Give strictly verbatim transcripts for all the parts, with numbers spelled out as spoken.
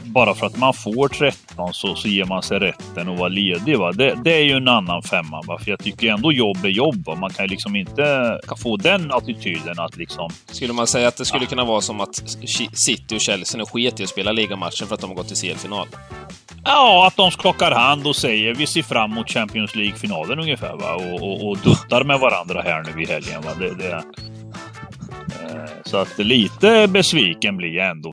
bara för att man får tretton så, så ger man sig rätten att vara ledig. Va? Det, det är ju en annan femma. Va? För jag tycker ändå jobb är jobb. Va? Man kan ju liksom inte få den attityden att liksom... Skulle man säga att det skulle kunna vara som att City och Chelsea sket i att spela ligamatchen för att de har gått till C L-final? Ja, att de klockar hand och säger vi ser fram emot Champions League-finalen ungefär. Va? Och, och, och duttar med varandra här nu i helgen. Va? Det, det, eh, så att lite besviken blir jag ändå.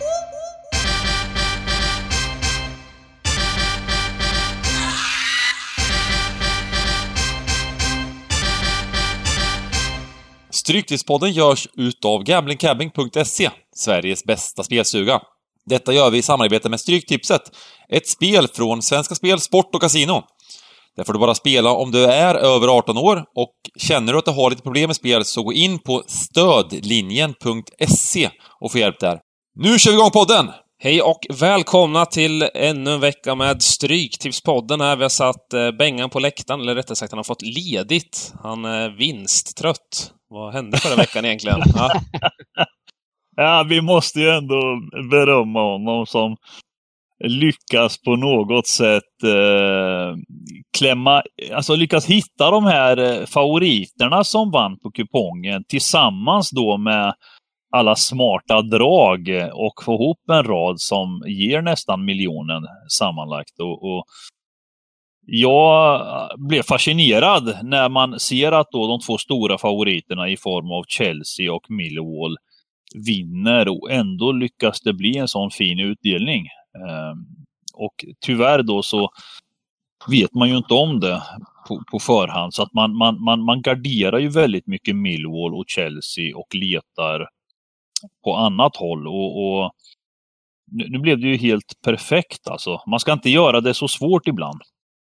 Stryktipspodden görs utav gambling cabbing punkt se, Sveriges bästa spelstuga. Detta gör vi i samarbete med Stryktipset, ett spel från Svenska Spel, Sport och Casino. Där får du bara spela om du är över arton år, och känner du att du har lite problem med spel så gå in på stödlinjen punkt se och få hjälp där. Nu kör vi igång podden! Hej och välkomna till ännu en vecka med Stryktipspodden här. Vi har satt eh, Bengan på läktaren, eller rättare sagt han har fått ledigt. Han är vinsttrött. Vad hände förra veckan egentligen? Ja. Ja, vi måste ju ändå berömma honom som lyckas på något sätt eh, klämma, alltså lyckas hitta de här favoriterna som vann på kupongen tillsammans då med alla smarta drag och få ihop en rad som ger nästan miljonen sammanlagt. Och, och jag blev fascinerad när man ser att då de två stora favoriterna i form av Chelsea och Millwall vinner, och ändå lyckas det bli en sån fin utdelning. Och tyvärr då så vet man ju inte om det på, på förhand, så att man, man, man, man garderar ju väldigt mycket Millwall och Chelsea och letar på annat håll, och, och nu, nu blev det ju helt perfekt alltså. Man ska inte göra det så svårt ibland.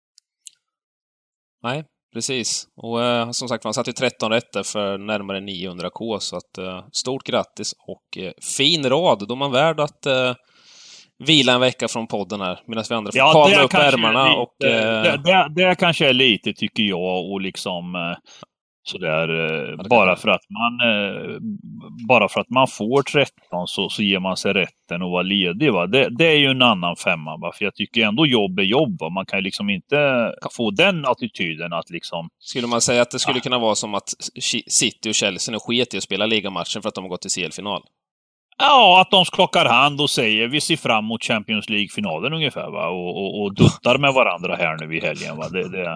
Nej, precis. Och eh, som sagt, man satt ju tretton rätter för närmare niohundra k, så att eh, stort grattis och eh, fin rad. Då är man värd att eh, vila en vecka från podden här, medan vi andra får ja, kavla upp ärmarna. Lite, och, eh... det, det, det kanske är lite, tycker jag, och liksom eh, sådär, eh, ja, bara för att man eh, bara för att man får tretton så, så ger man sig rätten att vara ledig. Va? Det, det är ju en annan femma. Va? För jag tycker ändå jobb är jobb. Va? Man kan ju liksom inte få den attityden att liksom... Skulle man säga att det skulle ja. kunna vara som att City och Chelsea sket i att spela ligamatchen för att de har gått till C L-final? Ja, att de klockar hand och säger vi ser fram emot Champions League-finalen ungefär. Va? Och, och, och duttar med varandra här nu i helgen. Va? Det, det,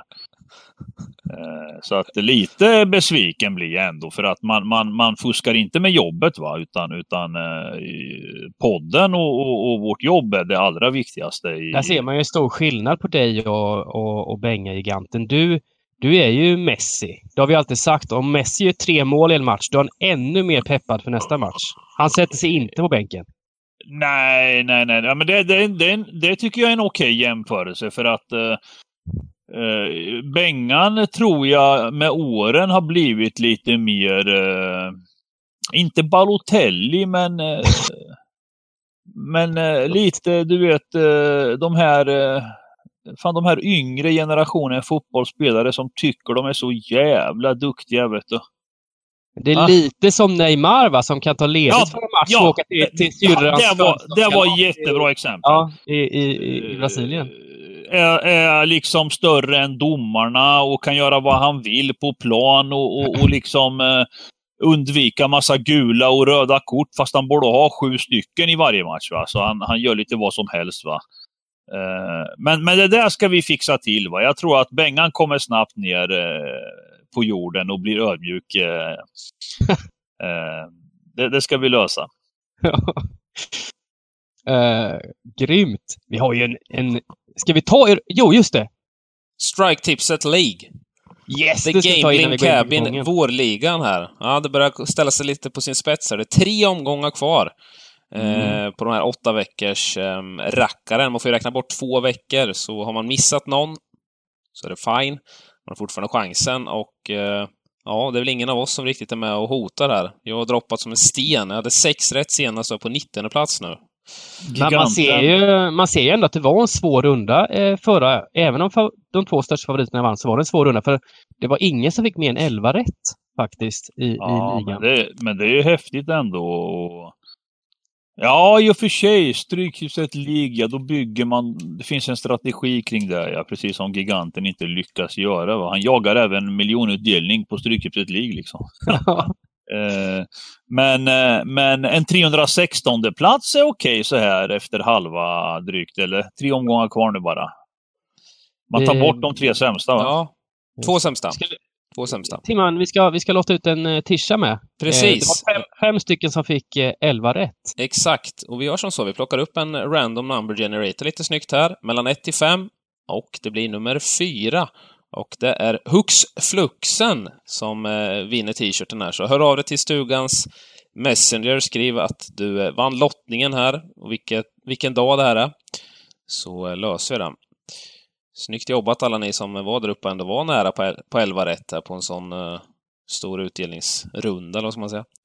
eh, så att lite besviken blir jag ändå, för att man, man, man fuskar inte med jobbet, va? utan, utan eh, podden och, och, och vårt jobb är det allra viktigaste. I... Där ser man ju en stor skillnad på dig och, och, och Benga-giganten. Du Du är ju Messi. Det har vi alltid sagt. Om Messi gör tre mål i en match, då är han ännu mer peppad för nästa match. Han sätter sig inte på bänken. Nej, nej, nej. Ja, men det, det, det, det tycker jag är en okej jämförelse, för att eh, eh, Bengan tror jag med åren har blivit lite mer eh, inte Balotelli, men eh, men eh, lite, du vet, eh, de här eh, fan, de här yngre generationen fotbollsspelare som tycker de är så jävla duktiga, vet du. Det är ah. lite som Neymar, va, som kan ta ledigt ja, för en match ja, och åka till, till syrrans. Ja, det var, det var jättebra exempel. Ja, i, i, i Brasilien. Är, är liksom större än domarna och kan göra vad han vill på plan och, och, och liksom eh, undvika massa gula och röda kort, fast han borde ha sju stycken i varje match, va? Så han, han gör lite vad som helst, va. Uh, men, men det där ska vi fixa till, va. Jag tror att Bengan kommer snabbt ner uh, på jorden och blir ödmjuk. Uh, uh, det, det ska vi lösa. uh, grymt. Vi har ju en, en... Ska vi ta er... Jo, just det. Stryktipset League. Yes, The Gambling Cabin, vårligan här. Ja, det börjar ställa sig lite på sin spets här. Det är tre omgångar kvar. Mm. på de här åtta veckors eh, rackaren. Man får ju räkna bort två veckor, så har man missat någon så är det fine. Man har fortfarande chansen, och eh, ja, det är väl ingen av oss som riktigt är med och hotar här. Jag har droppat som en sten. Jag hade sex rätt senast och på nittonde plats nu. Men man ser ju man ser ju ändå att det var en svår runda eh, förra, även om fa- de två största favoriterna vann, så var det en svår runda, för det var ingen som fick mer än elva rätt faktiskt i, ja, i ligan. Men det, men det är ju häftigt ändå. Ja, i och för sig. Stryktipset League, då bygger man... Det finns en strategi kring det, ja, precis som giganten inte lyckas göra. Va? Han jagar även miljonutdelning på Stryktipset League, liksom. eh, men, eh, men en trehundrasextonde plats är okej så här efter halva drygt, eller tre omgångar kvar nu bara. Man tar bort de tre sämsta, va? Ja, två sämsta. Två sämsta. Timman, vi ska, vi ska låta ut en uh, tisha med. Precis. Eh, det var fem, fem stycken som fick uh, elva rätt. Exakt. Och vi gör som så. Vi plockar upp en random number generator lite snyggt här. Mellan ett till fem. Och det blir nummer fyra. Och det är Hux Fluxen som uh, vinner t-shirten här. Så hör av dig till stugans Messenger. Skriv att du uh, vann lottningen här. Och vilket, vilken dag det här är. Så uh, löser vi den. Snyggt jobbat alla ni som var där uppe och ändå var nära på, på elva rätt här på en sån uh, stor utdelningsrunda, eller vad ska man säga.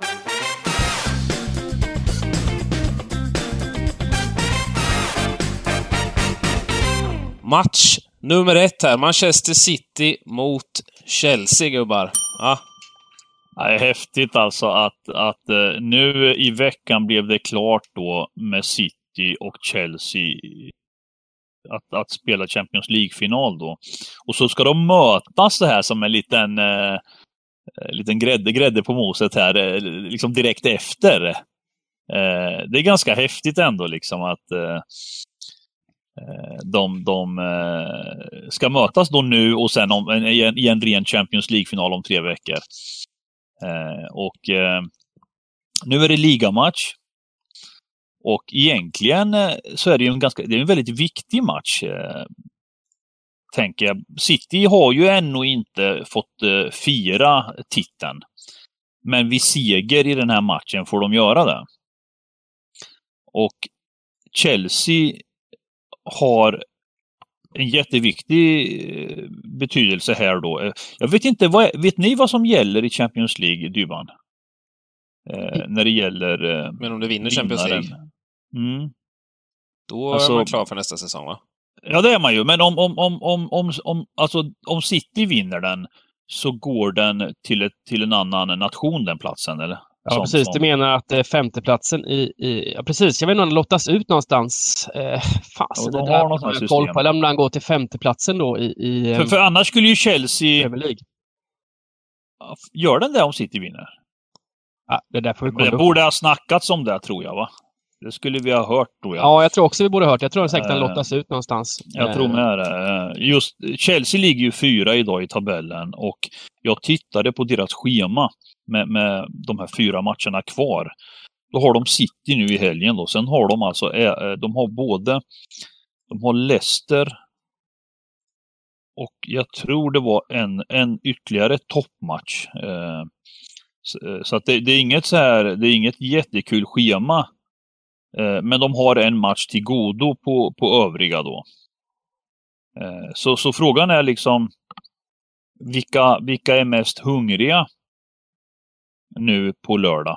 Match nummer ett här. Manchester City mot Chelsea, gubbar. Ja. Det är häftigt alltså att, att uh, nu i veckan blev det klart då med City och Chelsea Att, att spela Champions League-final då. Och så ska de mötas så här som en liten, eh, liten grädde, grädde på moset här, eh, liksom direkt efter. Eh, det är ganska häftigt ändå liksom att eh, de, de eh, ska mötas då nu och sen om, i, en, i en ren Champions League-final om tre veckor. Eh, och eh, nu är det ligamatch. Och egentligen så är det ju en ganska, det är en väldigt viktig match, eh, tänker jag. City har ju ännu inte fått eh, fira titeln. Men vid seger i den här matchen får de göra det. Och Chelsea har en jätteviktig betydelse här då. Jag vet inte, vad, vet ni vad som gäller i Champions League, Dybban? Eh, när det gäller... Eh, Men om du vinner Champions League? Mm. Då alltså, är man klar för nästa säsong, va? Ja, det är man ju. Men om, om, om, om, om, om, alltså, om City vinner den så går den till, ett, till en annan nation, den platsen, eller? Ja, som, precis. som... Du menar att eh, femteplatsen i, i... Ja, precis. Jag vet inte om den lottas ut någonstans. Eh, fasen, ja, de det där har något koll på. Eller om den går till femteplatsen då i... i för, för annars skulle ju Chelsea... Premier League. Gör den det om City vinner? Ja, det där får vi kolla upp. Det borde ha snackats om det, tror jag, va? Det skulle vi ha hört, tror jag. Ja, jag tror också vi borde ha hört. Jag tror säkert den lottas ut någonstans. Jag tror med det. Just Chelsea ligger ju fyra idag i tabellen och jag tittade på deras schema med, med de här fyra matcherna kvar. Då har de City nu i helgen då. Sen har de alltså, de har både, de har Leicester och jag tror det var en, en ytterligare toppmatch. Så, så att det, det är inget så här, det är inget jättekul schema. Men de har en match till godo på, på övriga då. Så, så frågan är liksom vilka, vilka är mest hungriga nu på lördag?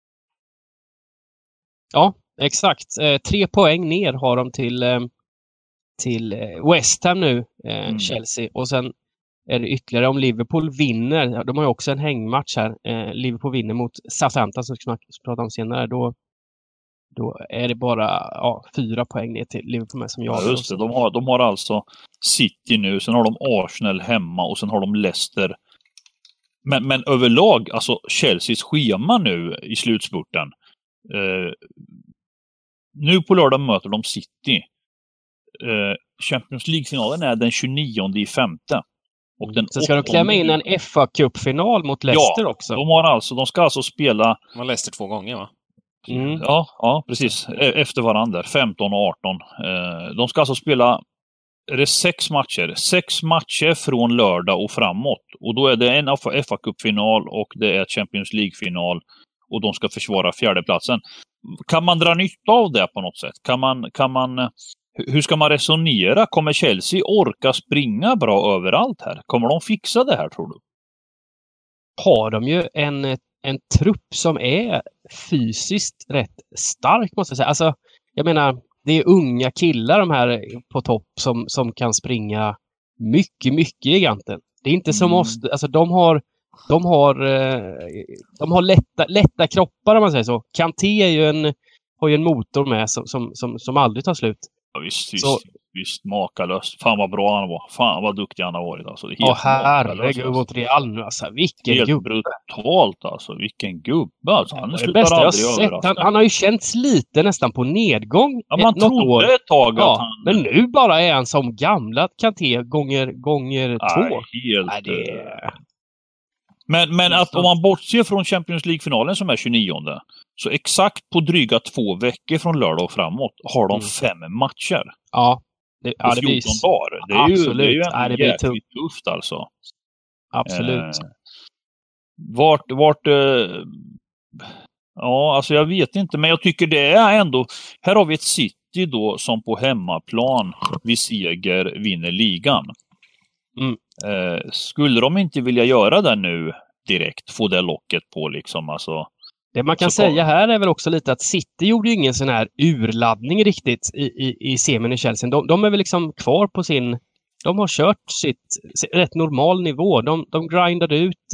Ja, exakt. Tre poäng ner har de till, till West Ham nu, mm. Chelsea. Och sen är det ytterligare om Liverpool vinner. De har ju också en hängmatch här. Liverpool vinner mot Southampton som vi ska prata om senare. Då Då är det bara ja, fyra poäng ner till Liverpool som jag. Ja, just det. De har, de har alltså City nu, sen har de Arsenal hemma och sen har de Leicester. Men, men överlag, alltså Chelseas schema nu i slutspurten. Eh, nu på lördag möter de City. Eh, Champions League-finalen är den tjugonionde i femte. Och den så ska de klämma in en F A-cupfinal mot Leicester ja, också. De har alltså, de ska alltså spela... De har Leicester två gånger, va? Mm. Ja, ja, precis. Efter varandra. femton och arton. De ska alltså spela är det sex matcher. Sex matcher från lördag och framåt. Och då är det en F A-cupfinal och det är Champions League-final. Och de ska försvara fjärdeplatsen. Kan man dra nytta av det på något sätt? Kan man, kan man, hur ska man resonera? Kommer Chelsea orka springa bra överallt här? Kommer de fixa det här, tror du? Har de ju en, en trupp som är fysiskt rätt stark, måste jag säga. Alltså, jag menar, det är unga killar de här på topp som, som kan springa mycket, mycket i giganten. Det är inte som mm. oss. Alltså, de har de har, de har lätta, lätta kroppar, om man säger så. Kanté är ju en har ju en motor med som, som, som, som aldrig tar slut. Ja, visst, visst, Så, visst, makalöst. Fan vad bra han var. Fan vad duktig han har varit. Alltså, det är ja, helt herregud mot Real nu. Alltså, vilken helt gubbe. brutalt alltså. Vilken gubbe. Alltså, han Det slutar bästa jag har aldrig sett. överraska. Han, han har ju känts lite nästan på nedgång. Ja, man ett, något år. trodde ett tag Ja, att han... men nu bara är han som gamla Kanté gånger, gånger Nej, två. helt... Nej, det är... Men, men att om man bortser från Champions League-finalen som är tjugonionde, så exakt på dryga två veckor från lördag och framåt har de mm. fem matcher. Ja. Det, ja, det blir... dagar. Det är ju, absolut. det är ju ja, det blir jäkligt tufft. tufft alltså. Absolut. Eh, vart, vart... Eh, ja, alltså jag vet inte, men jag tycker det är ändå... Här har vi ett City då som på hemmaplan vid seger vinner ligan. Mm. Eh, skulle de inte vilja göra det nu direkt, få det locket på liksom, alltså... Det man kan så säga här är väl också lite att City gjorde ju ingen sån här urladdning riktigt i, i, i semin i Chelsea. De, de är väl liksom kvar på sin... De har kört sitt, sitt rätt normal nivå. De, de grindade ut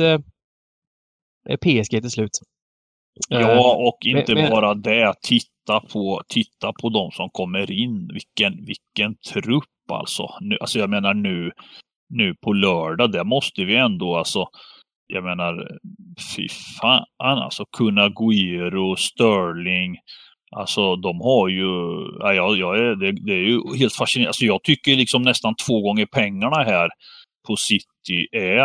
eh, P S G till slut. Ja, och inte men, bara det. Titta på, titta på de som kommer in. Vilken, vilken trupp alltså. Nu, alltså jag menar nu, nu på lördag, det måste vi ändå alltså... Jag menar, fy fan, alltså Kun Aguero, Sterling, alltså de har ju, ja, jag, jag är, det, det är ju helt fascinerande. Alltså jag tycker liksom nästan två gånger pengarna här på City är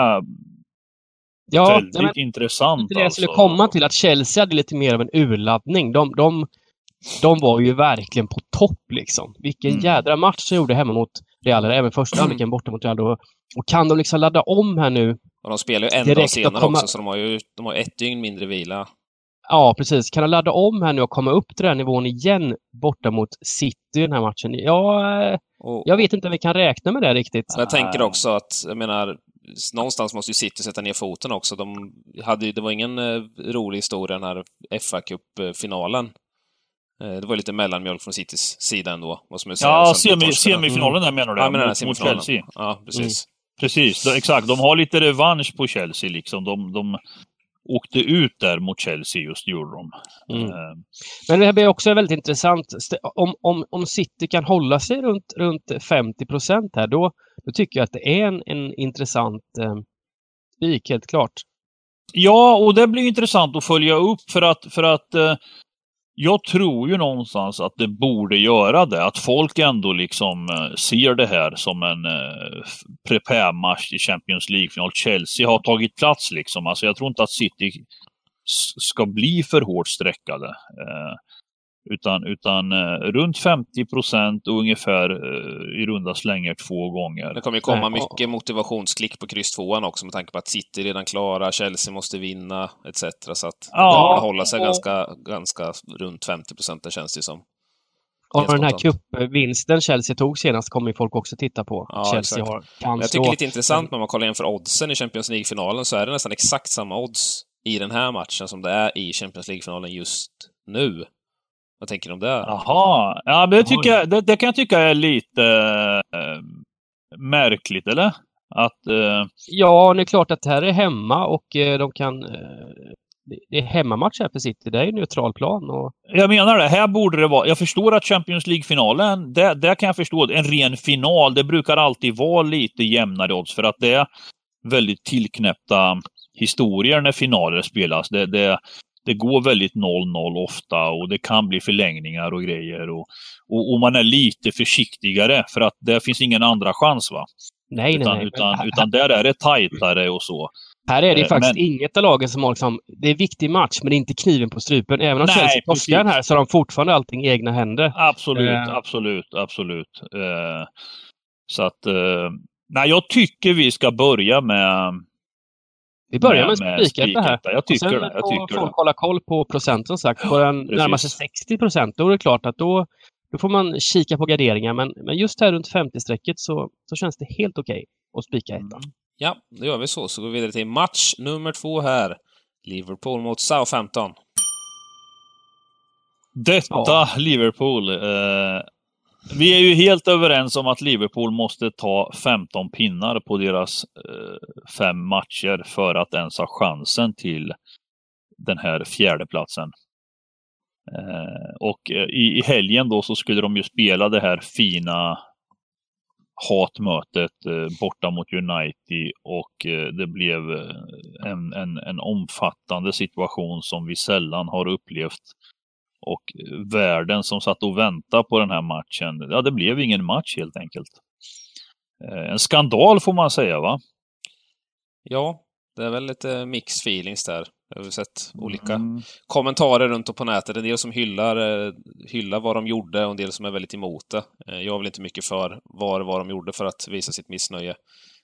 ja, väldigt men, intressant. Det jag alltså. skulle komma till att Chelsea hade lite mer av en urladdning. De, de, de var ju verkligen på topp liksom. Vilken mm. jädra match som gjorde hemma mot Real, även första halvleken borta mot Real. Och, och kan de liksom ladda om här nu? Och de spelar ju en dag senare komma... också, så de har ju de har ett dygn mindre vila. Ja, precis. Kan de ladda om här nu och komma upp till den nivån igen borta mot City i den här matchen? Ja, och, jag vet inte om vi kan räkna med det riktigt. Jag tänker också att, jag menar, någonstans måste ju City sätta ner foten också. De hade ju, det var ingen eh, rolig historia den här F A Cup-finalen. Eh, det var lite mellanmjölk från Citys sida ändå. Måste man säga. Ja, semi, semifinalen där menar du? Ja, men mot, mot Chelsea. Ja, precis. Mm. Precis, då, exakt. De har lite revansch på Chelsea liksom. De, de åkte ut där mot Chelsea just, gjorde de. Mm. Uh. Men det här blir också väldigt intressant. Om, om, om City kan hålla sig runt, runt femtio procent här, då, då tycker jag att det är en, en intressant eh, spik, helt klart. Ja, och det blir intressant att följa upp för att, för att eh, jag tror ju någonstans att det borde göra det. Att folk ändå liksom eh, ser det här som en eh, prepare-match i Champions League-final. Chelsea har tagit plats liksom. Alltså jag tror inte att City ska bli för hårt sträckade. Eh, utan utan eh, runt femtio procent och ungefär eh, i runda slänger två gånger. Det kommer ju komma mycket motivationsklick på kryss tvåan också med tanke på att City redan klara, Chelsea måste vinna et cetera. Så att ja, det kommer hålla sig och... ganska, ganska runt femtio procent, det känns det som. Och den här cupvinsten Chelsea tog senast kommer ju folk också titta på. Ja, Chelsea har, kan jag tycker det är lite intressant när man kollar in för oddsen i Champions League-finalen, så är det nästan exakt samma odds i den här matchen som det är i Champions League-finalen just nu. Vad tänker du om det? Jaha, ja, det, tycker jag, det, det kan jag tycka är lite äh, märkligt, eller? Att, äh... Ja, det är klart att det här är hemma och äh, de kan... Äh, det är hemmamatch här för City, det är ju neutral plan. Och... Jag menar det, här borde det vara... Jag förstår att Champions League-finalen, det, det kan jag förstå. En ren final, det brukar alltid vara lite jämnare odds för att det är väldigt tillknäppta historier när finaler spelas. Det, det Det går väldigt noll noll ofta och det kan bli förlängningar och grejer. Och, och, och man är lite försiktigare för att det finns ingen andra chans, va? Nej, utan, nej, nej. Utan, men... utan där är det tajtare och så. Här är det eh, faktiskt men... inget av lagen som har liksom... Det är en viktig match, men det är inte kniven på strupen. Även om nej, Chelsea torskar här så har de fortfarande allting i egna händer. Absolut, eh... absolut, absolut. Eh, så att... Eh, nej, jag tycker vi ska börja med... Vi börjar med, med spiket det här. Jag tycker och sen det. Jag tycker får det. Hålla koll på procenten sagt. På den närmar sig sextio procent, då är det klart att då, då får man kika på garderingar. Men, men just här runt femtio-strecket så, så känns det helt okej okay att spika ettan. Mm. Ja, då gör vi så. Så går vi vidare till match nummer två här. Liverpool mot Southampton. Detta ja. Liverpool. Eh, vi är ju helt överens om att Liverpool måste ta femton pinnar på deras eh, fem matcher för att ens ha chansen till den här fjärde platsen. Eh, och i, i helgen då så skulle de ju spela det här fina hatmötet eh, borta mot United, och eh, det blev en, en, en omfattande situation som vi sällan har upplevt. Och världen som satt och väntade på den här matchen, ja, det blev ingen match helt enkelt. Eh, en skandal får man säga, va? Ja, det är väl lite mixed feelings där. Jag har sett olika mm. kommentarer runt och på nätet. En del som hyllar, hyllar vad de gjorde och en del som är väldigt emot det. Jag är väl inte mycket för vad, vad de gjorde för att visa sitt missnöje.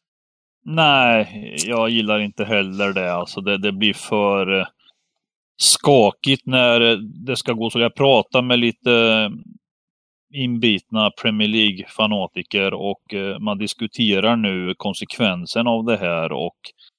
Nej, jag gillar inte heller det. Alltså det, det blir för skakigt när det ska gå så. Jag pratar med lite inbitna Premier League-fanatiker och man diskuterar nu konsekvensen av det här, och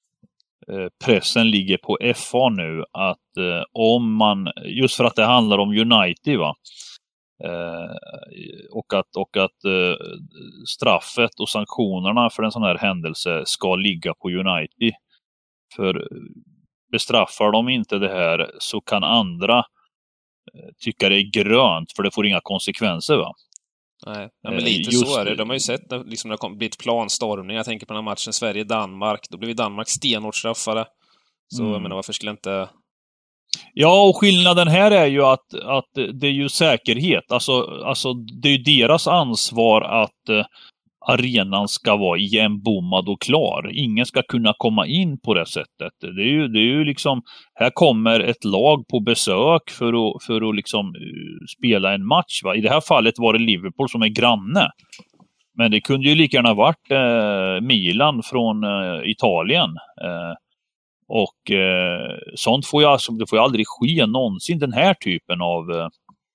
pressen ligger på F A nu att eh, om man, just för att det handlar om United, va, eh, och att, och att eh, straffet och sanktionerna för en sån här händelse ska ligga på United. För bestraffar de inte det här så kan andra eh, tycka det är grönt, för det får inga konsekvenser, va. Nej, ja, men lite just så är det. De har ju sett när liksom, det har blivit planstormning. Jag tänker på den här matchen Sverige-Danmark. Då blev Danmark stenhårt straffade. Så mm. jag menar, varför skulle inte... Ja, och skillnaden här är ju att, att det är ju säkerhet. Alltså, alltså det är ju deras ansvar att eh, arenan ska vara igenbommad och klar. Ingen ska kunna komma in på det sättet. Det är ju, det är ju liksom, här kommer ett lag på besök för att, för att liksom uh, spela en match, va? I det här fallet var det Liverpool som är granne. Men det kunde ju lika gärna varit eh, Milan från eh, Italien. Eh, och eh, sånt får ju, alltså, det får ju aldrig ske någonsin, den här typen av... Eh,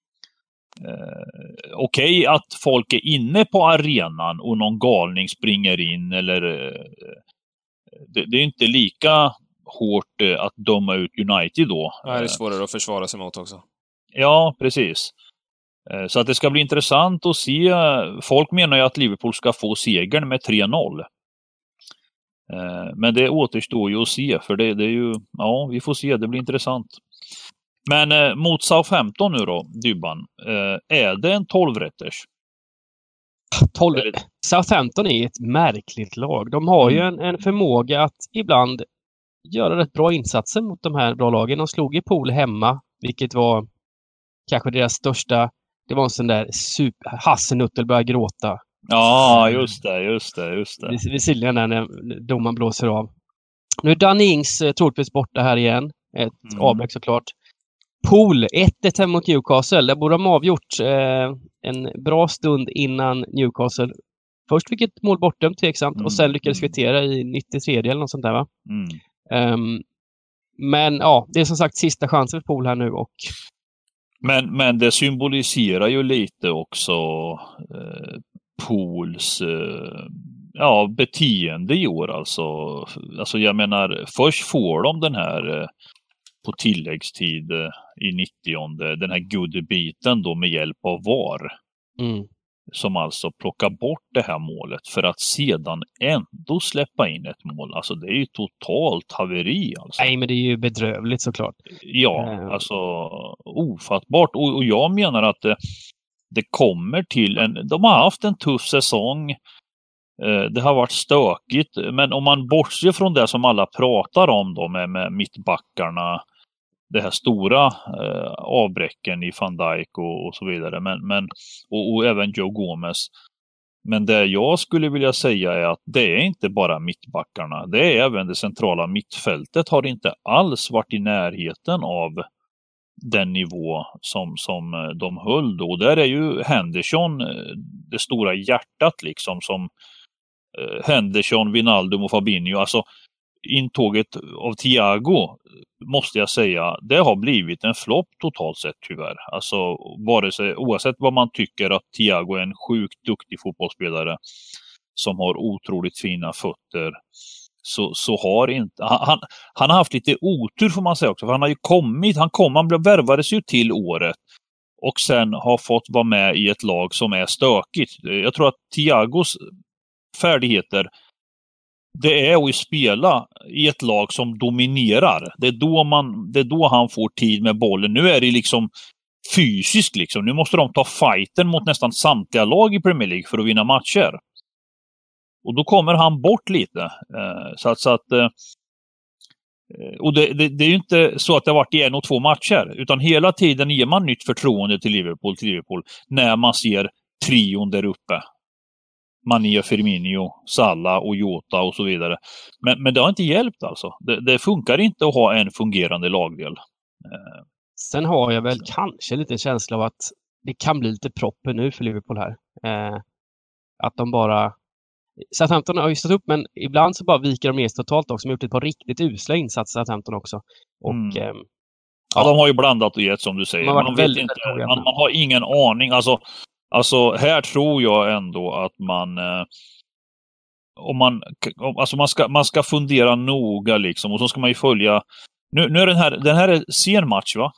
Eh, Okej okay, att folk är inne på arenan och någon galning springer in, eller eh, det, det är inte lika hårt eh, att döma ut United då. Nej, det är svårare att försvara sig mot också. Ja, precis. Eh, så att det ska bli intressant att se. Folk menar ju att Liverpool ska få segern med tre noll. Eh, men det återstår ju att se, för det, det är ju, ja, vi får se, det blir intressant. Men eh, mot Southampton nu då, Dybban, eh, är det en tolv-rätters? tolv Southampton är ett märkligt lag. De har mm. ju en, en förmåga att ibland göra rätt bra insatser mot de här bra lagen. De slog i Pool hemma, vilket var kanske deras största... Det var en sån där super... Hassenuttel började gråta. Ja, just det, just det, just det. Vid sidan där när domaren blåser av. Nu är Danny Ings eh, troligtvis borta här igen. Ett mm. avbräck såklart. Pool ett ett mot Newcastle. Där borde de avgjort eh, en bra stund innan Newcastle först fick ett mål bortdömt tveksamt mm. och sen lyckades kvittera i nittiotre eller något sånt där, va? Mm. Um, men ja, det är som sagt sista chansen för Pool här nu. Och... Men, men det symboliserar ju lite också eh, Pools eh, ja, beteende i år. Alltså, alltså jag menar, först får de den här eh, på tilläggstid i nittionde, den här goodbiten då med hjälp av V A R. Mm. Som alltså plockar bort det här målet för att sedan ändå släppa in ett mål. Alltså det är ju totalt haveri alltså. Nej, men det är ju bedrövligt såklart. Ja, mm. alltså ofattbart. Och, och jag menar att det, det kommer till en... De har haft en tuff säsong. Det har varit stökigt. Men om man bortser från det som alla pratar om då med, med mittbackarna, det här stora eh, avbräcken i Van Dijk och, och så vidare. Men, men, och, och även Joe Gomez. Men det jag skulle vilja säga är att det är inte bara mittbackarna. Det är även det centrala mittfältet har inte alls varit i närheten av den nivå som, som de höll då. Och där är ju Henderson det stora hjärtat liksom, som eh, Henderson, Wijnaldum och Fabinho. Alltså intåget av Thiago, måste jag säga, det har blivit en flopp totalt sett tyvärr. Alltså vare sig, oavsett vad man tycker att Thiago är en sjukt duktig fotbollsspelare som har otroligt fina fötter, så, så har inte han, han har haft lite otur får man säga också, för han har ju kommit, han kom, han värvades ju till året och sen har fått vara med i ett lag som är stökigt. Jag tror att Thiagos färdigheter, det är att spela i ett lag som dominerar. Det är då man, det är då han får tid med bollen. Nu är det liksom fysiskt liksom. Nu måste de ta fighten mot nästan samtliga lag i Premier League för att vinna matcher. Och då kommer han bort lite. Eh, så att, så att eh, och det, det, det är ju inte så att det har varit i en och två matcher, utan hela tiden ger man nytt förtroende till Liverpool, till Liverpool när man ser trion där uppe. Mané, Firmino, Salah och Jota och så vidare. Men, men det har inte hjälpt alltså. Det, det funkar inte att ha en fungerande lagdel. Eh, Sen har jag väl kanske lite känsla av att det kan bli lite proppe nu för Liverpool här. Eh, att de bara... Southampton har ju stått upp, men ibland så bara viker de ner totalt också. De har gjort ett par riktigt usla insatser, Southampton också. Och, mm. eh, ja. ja, de har ju blandat och gett som du säger. Man, vet inte, man, man har ingen aning. Alltså, alltså här tror jag ändå att man... Eh, om man, alltså man, ska, man ska fundera noga liksom. Och så ska man ju följa... Nu, nu är den här, den här är sen match, va?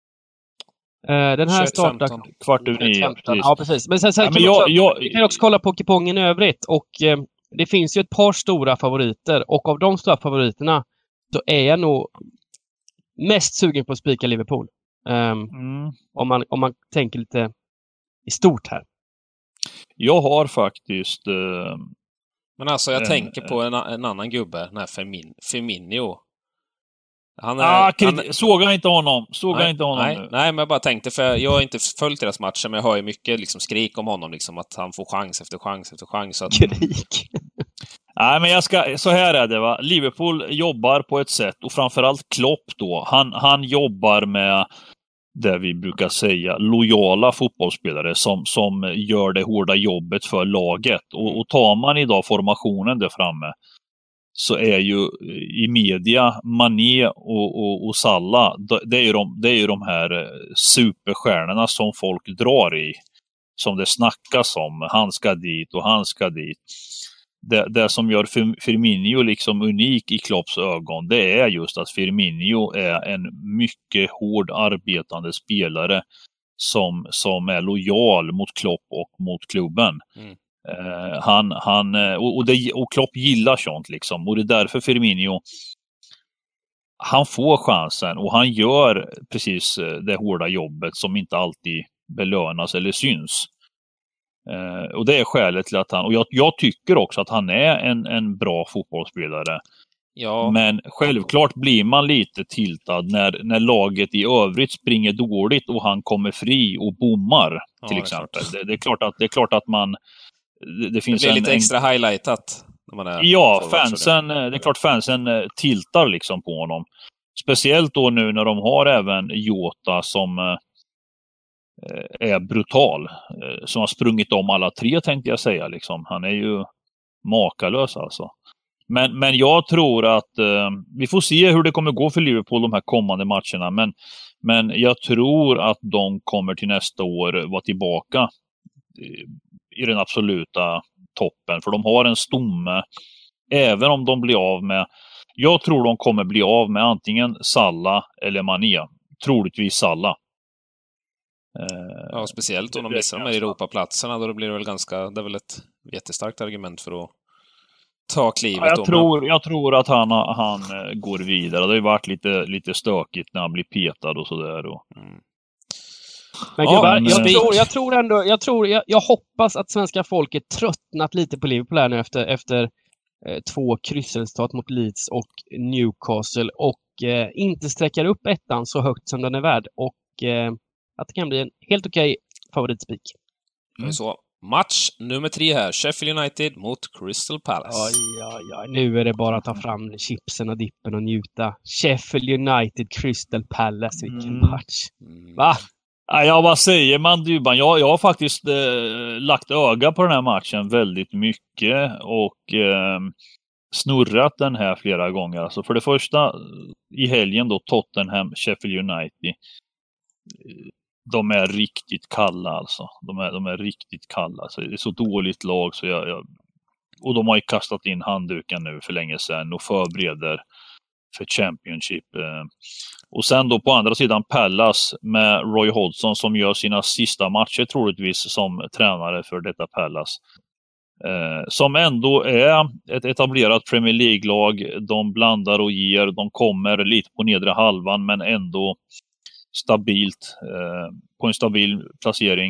Uh, den här startar kvart över nio. Ja, precis. Men sen, sen ja, kan, men jag, också, jag, vi kan också kolla på kupongen i övrigt. Och uh, det finns ju ett par stora favoriter. Och av de stora favoriterna så är jag nog mest sugen på att spika Liverpool. Um, mm. om, man, om man tänker lite i stort här. Jag har faktiskt... Uh, men alltså, jag en, tänker på en, en annan gubbe. Den här Firmin, Firmino. Han är, ah, han, såg jag inte honom. Såg nej, jag inte honom nej, nu. Nej, men jag bara tänkte, för jag har inte följt deras matcher, men jag hör ju mycket liksom skrik om honom, liksom, att han får chans efter chans efter chans. Så att... Skrik? Nej, men jag ska, så här är det, va. Liverpool jobbar på ett sätt, och framförallt Klopp då. Han, han jobbar med det vi brukar säga lojala fotbollsspelare som, som gör det hårda jobbet för laget. Och, och tar man idag formationen där framme, så är ju i media Mané och, och, och Salah, det är, ju de, det är ju de här superstjärnorna som folk drar i. Som det snackas om. Han ska dit och han ska dit. Det, det som gör Firmino liksom unik i Klopps ögon, det är just att Firmino är en mycket hård arbetande spelare som, som är lojal mot Klopp och mot klubben. Mm. Uh, han, han, och, och, det, och Klopp gillar sånt liksom. Och det är därför Firmino, han får chansen och han gör precis det hårda jobbet som inte alltid belönas eller syns. Uh, och det är skälet till att han, och jag, jag tycker också att han är en, en bra fotbollsspelare. Ja. Men självklart blir man lite tiltad när, när laget i övrigt springer dåligt och han kommer fri och bommar till ja, exempel. Det, det, är klart att, det är klart att man Det, det, finns det blir en, lite extra en... highlightat. När man är ja, fansen, det är klart fansen tiltar liksom på honom. Speciellt då nu när de har även Jota som eh, är brutal. Eh, som har sprungit om alla tre, tänkte jag säga. Liksom. Han är ju makalös alltså. Men, men jag tror att eh, vi får se hur det kommer gå för Liverpool de här kommande matcherna. Men, men jag tror att de kommer till nästa år vara tillbaka eh, i den absoluta toppen. För de har en stomme. Även om de blir av med... Jag tror de kommer bli av med antingen Salah eller Mané. Troligtvis Salah. Ja, speciellt om de missar de här Europaplatserna. Då blir det väl ganska... Det är väl ett jättestarkt argument för att ta klivet. Ja, jag, tror, jag tror att han, han går vidare. Det har ju varit lite, lite stökigt när han blir petad och sådär. Och... Mm. Men gubbar, ja, jag, tror, jag tror ändå, jag, tror, jag, jag hoppas att svenska folket tröttnat lite på Liverpool här nu efter, efter eh, två kryssresultat mot Leeds och Newcastle och eh, inte sträcker upp ettan så högt som den är värd och eh, att det kan bli en helt okej okay favoritspik. Mm. Så, match nummer tre här, Sheffield United mot Crystal Palace. Oj, oj, oj. Nu är det bara att ta fram chipsen och dippen och njuta. Sheffield United, Crystal Palace, vilken mm. match. Va? Ja, vad säger man, Dybban? Jag, jag har faktiskt eh, lagt öga på den här matchen väldigt mycket och eh, snurrat den här flera gånger. Alltså för det första, i helgen då, Tottenham, Sheffield United. De är riktigt kalla alltså. De är, de är riktigt kalla. Alltså, det är så dåligt lag så jag, jag... Och de har ju kastat in handduken nu för länge sedan och förbereder för Championship. Och sen då på andra sidan Palace med Roy Hodgson som gör sina sista matcher troligtvis som tränare för detta Palace. Eh, som ändå är ett etablerat Premier League-lag. De blandar och ger. De kommer lite på nedre halvan men ändå stabilt eh, på en stabil placering.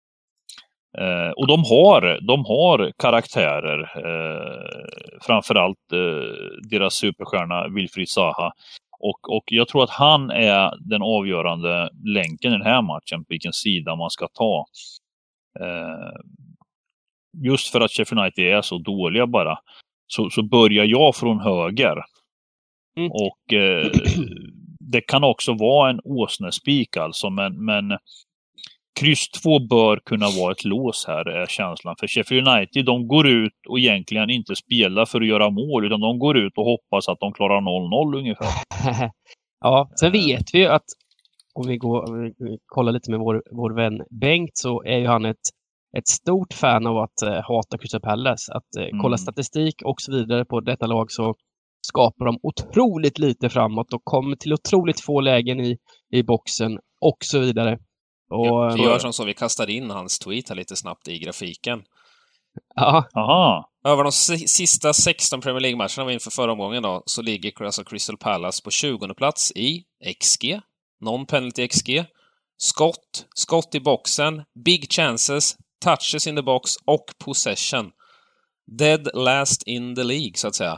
Eh, och de har, de har karaktärer, eh, framförallt eh, deras superstjärna Wilfried Zaha. Och, och jag tror att han är den avgörande länken i den här matchen, på vilken sida man ska ta. Eh, just för att Sheffield United är så dåliga bara, så, så börjar jag från höger. Mm. Och eh, det kan också vara en åsnespik alltså, men, men kryss två bör kunna vara ett lås här, är känslan. För Sheffield United, de går ut och egentligen inte spelar för att göra mål, utan de går ut och hoppas att de klarar noll noll ungefär. Ja, sen vet vi ju att om vi går om vi kollar lite med vår, vår vän Bengt, så är ju han ett, ett stort fan av att uh, hata Crystal Palace. Att uh, kolla mm. statistik och så vidare på detta lag, så skapar de otroligt lite framåt och kommer till otroligt få lägen i, i boxen och så vidare. Och, vi gör som så, vi kastar in hans tweet här lite snabbt i grafiken. Ja. Aha. Över de sista sexton Premier League-matcherna vi inför förra omgången då, så ligger alltså Crystal Palace på tjugonde plats i X G, non-penalty X G, skott, skott i boxen, big chances, touches in the box och possession. Dead last in the league, så att säga.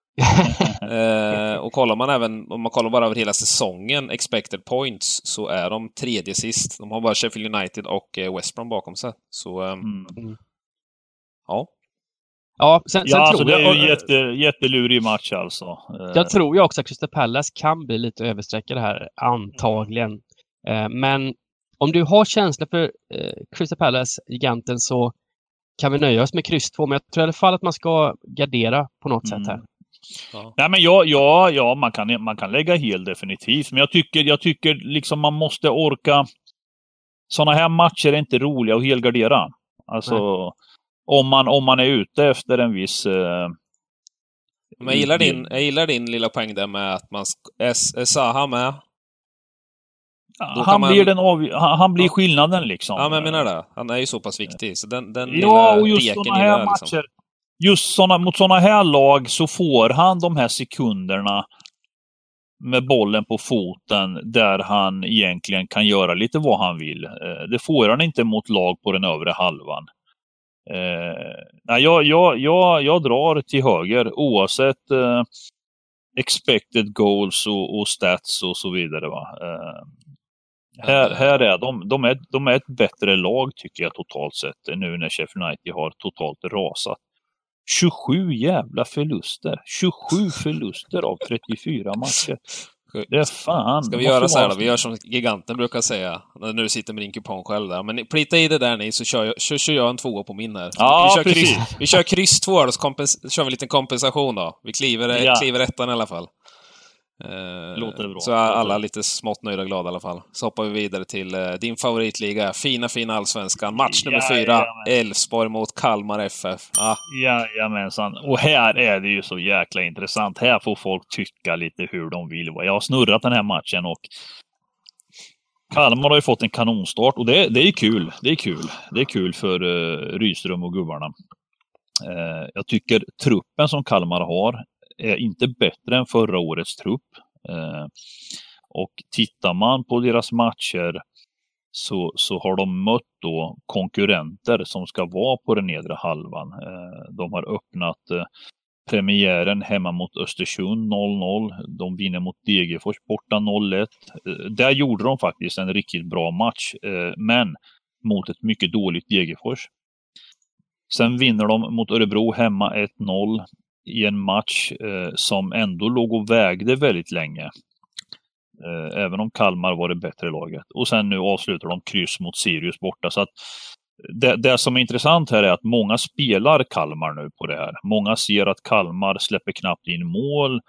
eh, och kollar man även, om man kollar bara över hela säsongen expected points, så är de tredje sist. De har bara Sheffield United och eh, West Brom bakom sig. Så eh, mm. ja. Ja, sen, sen ja, tror alltså, det jag, är ju en jätte, jättelurig match alltså. Jag tror ju också att Crystal Palace kan bli lite översträckade här, antagligen. Eh, men om du har känsla för eh, Crystal Palace, giganten, så kan vi nöja oss med kryss två. Men jag tror i alla fall att man ska gardera på något mm. sätt här. Ja. Nej, men ja, ja, ja man, kan, man kan lägga hel definitivt. Men jag tycker, jag tycker liksom man måste orka. Såna här matcher är inte roliga att helgardera. Alltså om man, om man är ute efter en viss eh, men jag gillar, din, jag gillar din lilla poäng där med att man är, är Zaha med. Han, man... blir den av, han, han blir ja. skillnaden liksom. Ja, men jag menar det. Han är ju så pass viktig. Så den, den ja, och just såna här matcher liksom. Just såna, mot sådana här lag så får han de här sekunderna med bollen på foten där han egentligen kan göra lite vad han vill. Det får han inte mot lag på den övre halvan. Eh, nej, jag, jag, jag, jag drar till höger oavsett eh, expected goals och, och stats och så vidare. Va? Eh, här, här är de, de är, de är ett bättre lag tycker jag totalt sett nu när Sheffield United har totalt rasat. tjugosju jävla förluster. tjugosju förluster av trettiofyra matcher. Det är fan. Ska vi göra så här då? Vi gör som giganten brukar säga. När du sitter med din kupong själv där. Men plita i det där ni, så kör jag, kör, kör jag en tvåa på min här. Ja, vi, kör precis. kryss, vi kör kryss två och så kompens, kör vi lite kompensation då. Vi kliver, ja. kliver ettan i alla fall. Eh, Låter bra. Så är alla lite smått nöjda och glada i alla fall. Så hoppar vi vidare till eh, din favoritliga. Fina, fina allsvenskan. Match nummer ja, fyra. Elfsborg mot Kalmar F F. Ah. Jajamensan. Och här är det ju så jäkla intressant. Här får folk tycka lite hur de vill. Jag har snurrat den här matchen och Kalmar har ju fått en kanonstart. Och det, det är kul. Det är kul. Det är kul för uh, Rydström och gubbarna. Uh, jag tycker truppen som Kalmar har är inte bättre än förra årets trupp. Eh, och tittar man på deras matcher så, så har de mött då konkurrenter som ska vara på den nedre halvan. Eh, de har öppnat eh, premiären hemma mot Östersund noll noll. De vinner mot Degerfors borta noll ett. Eh, där gjorde de faktiskt en riktigt bra match. Eh, men mot ett mycket dåligt Degerfors. Sen vinner de mot Örebro hemma ett noll. I en match eh, som ändå låg och vägde väldigt länge. Eh, även om Kalmar var det bättre laget. Och sen nu avslutar de kryss mot Sirius borta. Så att det, det som är intressant här är att många spelar Kalmar nu på det här. Många ser att Kalmar släpper knappt in mål.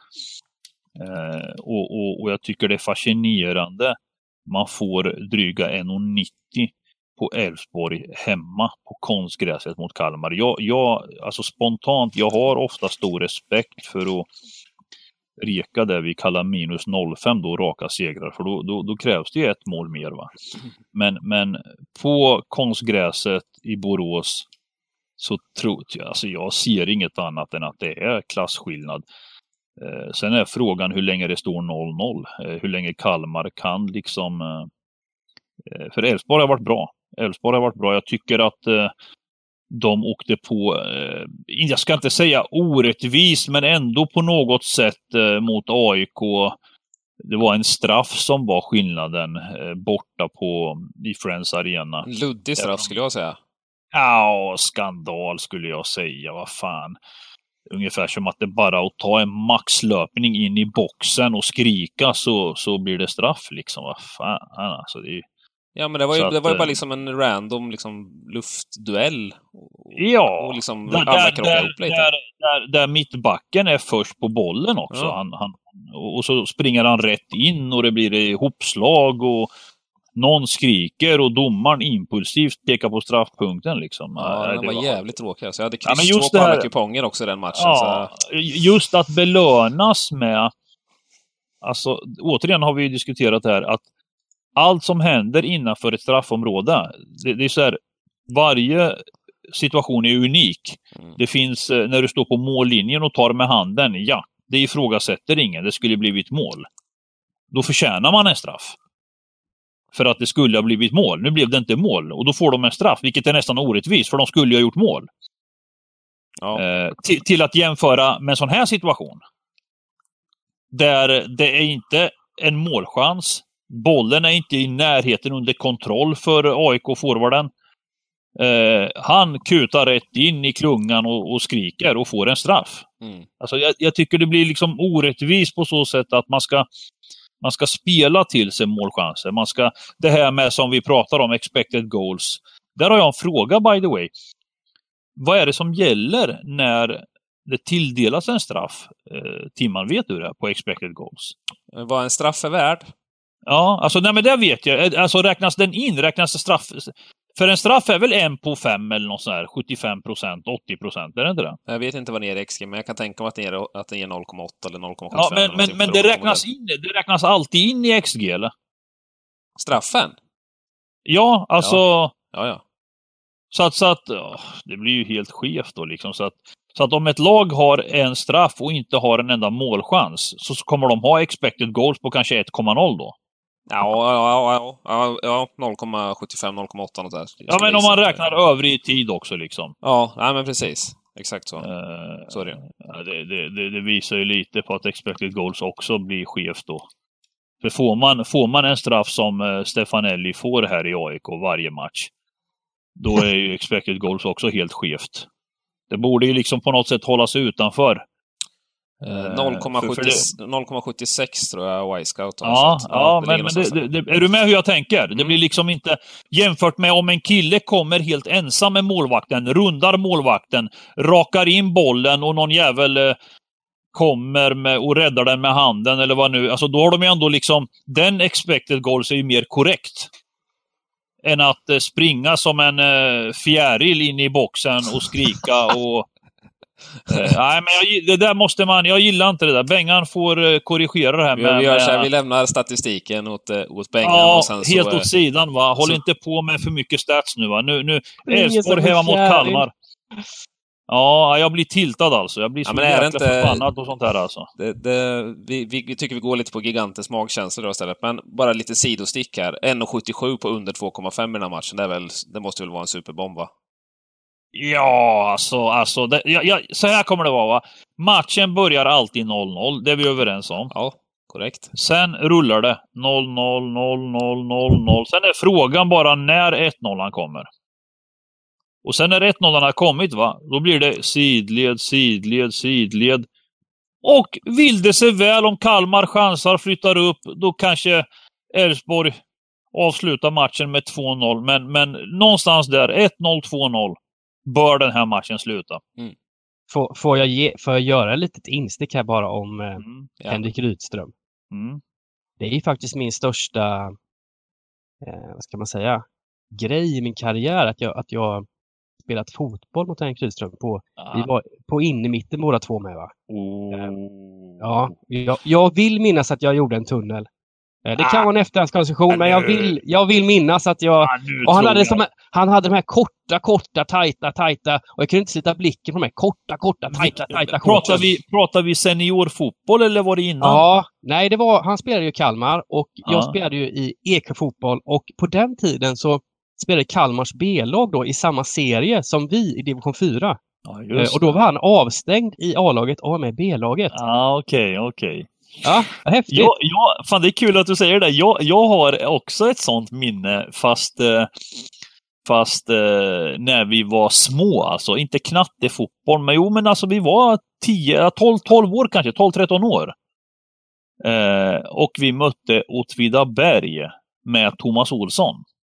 Eh, och, och, och jag tycker det är fascinerande. Man får dryga en komma nittio på Elfsborg hemma på konstgräset mot Kalmar. Jag, jag, alltså spontant, jag har ofta stor respekt för att reka det vi kallar minus noll fem då, raka segrar. För då, då, då krävs det ju ett mål mer va. Men, men på konstgräset i Borås så tror jag, alltså jag ser inget annat än att det är klassskillnad. Eh, sen är frågan hur länge det står noll noll. Eh, hur länge Kalmar kan liksom... Eh, för Elfsborg har varit bra. Elfsborg har varit bra. Jag tycker att eh, de åkte på, eh, jag ska inte säga orättvis, men ändå på något sätt eh, mot A I K. Det var en straff som var skillnaden eh, borta på i Friends Arena. Luddig straff skulle jag säga. Ja, skandal skulle jag säga. Vad fan. Ungefär som att det bara att ta en maxlöpning in i boxen och skrika så, så blir det straff liksom. Vad fan. Alltså, det är... Ja, men det var ju, att, det var ju bara liksom en random liksom, luftduell. Ja, och liksom där, alla där, där, upp lite. Där, där, där mittbacken är först på bollen också. Ja. Han, han, och så springer han rätt in och det blir ihopslag och någon skriker och domaren impulsivt pekar på straffpunkten. Liksom. Ja, Nej, den var, var jävligt tråkig. Så jag hade kryss ja, men just två på här... alla kuponger också den matchen. Ja, så... just att belönas med... Alltså, återigen har vi diskuterat det här att allt som händer innanför ett straffområde, det, det är så här, varje situation är unik. Mm. Det finns, när du står på mållinjen och tar med handen, ja, det ifrågasätter ingen, det skulle blivit mål. Då förtjänar man en straff. För att det skulle ha blivit mål. Nu blev det inte mål och då får de en straff, vilket är nästan orättvist, för de skulle ha gjort mål. Ja. Eh, till, till att jämföra med en sån här situation. Där det är inte en målchans. Bollen är inte i närheten under kontroll för A I K-forwarden. Eh, han kutar rätt in i klungan och, och skriker och får en straff. Mm. Alltså jag, jag tycker det blir liksom orättvist på så sätt att man ska man ska spela till sig målchanser. Man ska, det här med som vi pratar om, expected goals. Där har jag en fråga by the way. Vad är det som gäller när det tilldelas en straff? Eh, Timman, vet du det? På expected goals. Vad en straff är värd? Ja, alltså nej men det vet jag. Alltså räknas den in? Räknas det straff? För en straff är väl en på fem eller något sånt här. sjuttiofem procent, åttio procent, är det inte det? Jag vet inte vad det är i X G, men jag kan tänka mig att det är, att det är noll komma åtta eller noll komma Ja, sjuttiofem. men, men, men det räknas in, det räknas alltid in i X G, eller? Straffen? Ja, alltså... Ja, ja. ja. Så att, så att oh, det blir ju helt skevt då liksom. Så att, så att om ett lag har en straff och inte har en enda målchans så kommer de ha expected goals på kanske ett komma noll då. Ja, ja, ja, ja, ja noll komma sjuttiofem, noll komma åtta något där. Ja, men om man räknar övrig tid också liksom. Ja, nej, men precis. Exakt så. Uh, så är det. Ja, det, det, det, det visar ju lite på att expected goals också blir skevt då. För får man, får man en straff som uh, Stefanelli får här i A I K varje match, då är ju expected goals också helt skevt. Det borde ju liksom på något sätt hållas utanför. Uh, noll komma sjuttiosex tror jag Y-scout. Ja, ja, ja men, men det, det, är du med hur jag tänker? Mm. Det blir liksom inte jämfört med om en kille kommer helt ensam med målvakten, rundar målvakten, rakar in bollen och någon jävel eh, kommer med, och räddar den med handen eller vad nu. Alltså då har de ju ändå liksom, den expected goals är ju mer korrekt än att eh, springa som en eh, fjäril in i boxen och skrika och eh, nej, men jag, det där måste man, jag gillar inte det där. Bengan får eh, korrigera det här vi, med, vi, gör så här, med, vi lämnar statistiken åt, eh, åt Bengan. Ja, och sen så, helt åt sidan va. Håll så, inte på med för mycket stats nu va. Nu, nu Elfsborg hemma mot Kalmar. Ja, jag blir tiltad alltså. Jag blir så ja, jäkla inte, förbannad och sånt här alltså. Det, det, vi, vi, vi tycker vi går lite på gigantens magkänslor då istället. Men bara lite sidostick här. en komma sjuttiosju på under två komma fem i den här matchen. Det, är väl, det måste väl vara en superbomb va? Ja, alltså, alltså det, ja, ja, så här kommer det vara va. Matchen börjar alltid noll noll. Det är vi överens om. Ja, korrekt. Sen rullar det noll noll, noll noll, noll noll. Sen är frågan bara när ett noll kommer. Och sen när ett noll har kommit va, då blir det sidled, sidled, sidled. Och vill det sig väl om Kalmar chansar flyttar upp, då kanske Elfsborg avslutar matchen med två noll. Men, men någonstans där, ett noll, två noll, bör den här matchen sluta. Mm. Får, får, jag ge, får jag göra ett litet instick här bara om eh, mm, ja. Henrik Rydström? Mm. Det är ju faktiskt min största, eh, vad ska man säga, grej i min karriär att jag, att jag spelat fotboll mot Henrik Rydström på, ah. vi var på in i mitten båda två med va? Oh. Ja, jag, jag vill minnas att jag gjorde en tunnel Det kan vara en efterhandskonstruktion, men jag vill, jag vill minnas att jag... Ja, och han hade, som, han hade de här korta, korta, tajta, tajta... Och jag kunde inte sitta blicken på de här korta, korta, tajta, tajta... Pratar vi, pratar vi seniorfotboll eller var det innan? Ja, nej, det var... Han spelade ju i Kalmar och Ja. jag spelade ju i Ekofotboll. Och på den tiden så spelade Kalmars B-lag då i samma serie som vi i division fyra. Ja, Eh, just och då var han avstängd i A-laget och var med i B-laget. Ja, okej, okej. Ja, häftigt. Ja, ja, fan det är kul att du säger det. Jag, jag har också ett sånt minne, fast, eh, fast eh, när vi var små, alltså inte knattefotboll, men jo, men alltså vi var tio, tolv, tolv år kanske, tolv tretton år. Eh, och vi mötte Åtvidaberg med Thomas Olsson.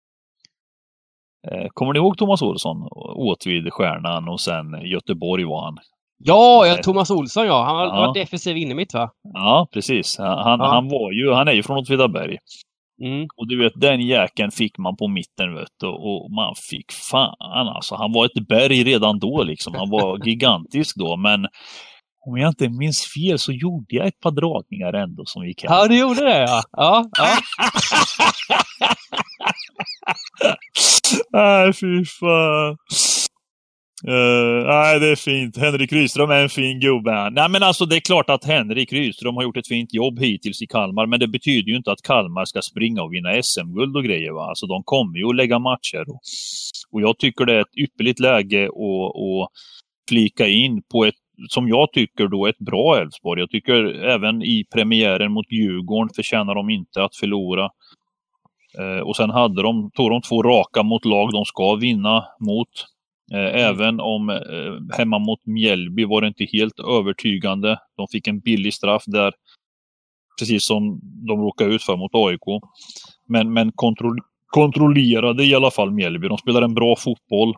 Eh, kommer ni ihåg Thomas Olsson? Åtvidstjärnan och sen Göteborg var han. Ja, ja, Thomas Olsson, ja. Han var, Ja. var defensiv inne mitt, va? Ja, precis. Han, Ja. han var ju, han är ju från Åtvidaberg. Mm. Och du vet, den jäkeln fick man på mitten, vet du, och man fick fan, alltså. Han var ett berg redan då, liksom. Han var gigantisk då, men om jag inte minns fel så gjorde jag ett par dragningar ändå som gick hem. Ja, du gjorde det, ja. Ja, ja. Nej, fy fan. Uh, nej, det är fint. Henrik Rydström är en fin gubbe. Nej, men alltså det är klart att Henrik Rydström har gjort ett fint jobb hittills i Kalmar, men det betyder ju inte att Kalmar ska springa och vinna S M-guld och grejer, va? Alltså de kommer ju att lägga matcher och, och jag tycker det är ett ypperligt läge att, att flika in på ett, som jag tycker då, ett bra Elfsborg. Jag tycker även i premiären mot Djurgården förtjänar de inte att förlora. Uh, och sen hade de, tog de två raka mot lag de ska vinna mot. Även om eh, hemma mot Mjällby var det inte helt övertygande. De fick en billig straff där, precis som de råkade ut för mot A I K. Men, men kontroll, kontrollerade i alla fall Mjällby. De spelar en bra fotboll.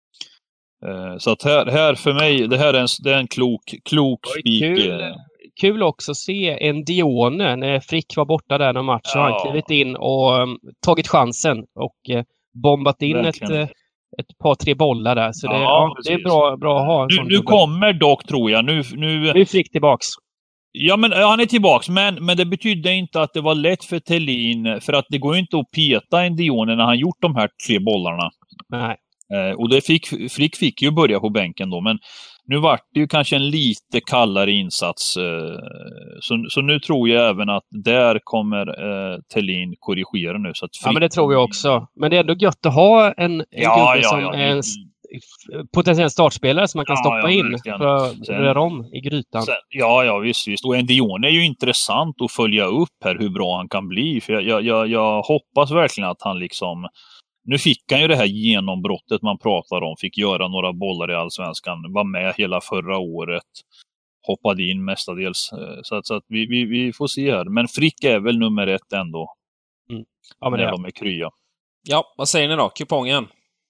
Eh, så att här, här för mig, det här är en, det är en klok, klok spik. Kul, kul också att se en Dione när Frick var borta där någon match. Så har han Ja. klivit in och um, tagit chansen och uh, bombat in ett... Verkligen. Uh, ett par, tre bollar där. Så det, Ja, ja, det är precis. bra, bra att ha en Nu, sån nu gubbe. kommer dock, tror jag, nu... nu Nu är Frick tillbaks. Ja, men ja, han är tillbaks, men, men det betydde inte att det var lätt för Thelin, för att det går ju inte att peta en Dione när han gjort de här tre bollarna. Nej. Eh, och det fick, Frick fick ju börja på bänken då, men nu var det ju kanske en lite kallare insats. Eh, så, så nu tror jag även att där kommer eh, Thelin korrigera nu. Så att Frick... Ja, men det tror jag också. Men det är ändå gött att ha en, en Ja, gubbe ja, som ja. är en s- potentiell startspelare som man kan Ja, stoppa ja, in verkligen. för att Sen- röra om i grytan. Sen, ja, ja, visst, visst. Och en Dione är ju intressant att följa upp här hur bra han kan bli. För jag, jag, jag, jag hoppas verkligen att han liksom... Nu fick han ju det här genombrottet man pratar om. Fick göra några bollar i Allsvenskan. Var med hela förra året. Hoppade in mestadels. Så att, så att vi, vi, vi får se här. Men Frick är väl nummer ett ändå. Ja, men när det, de är krya. Ja, vad säger ni då? Kupongen?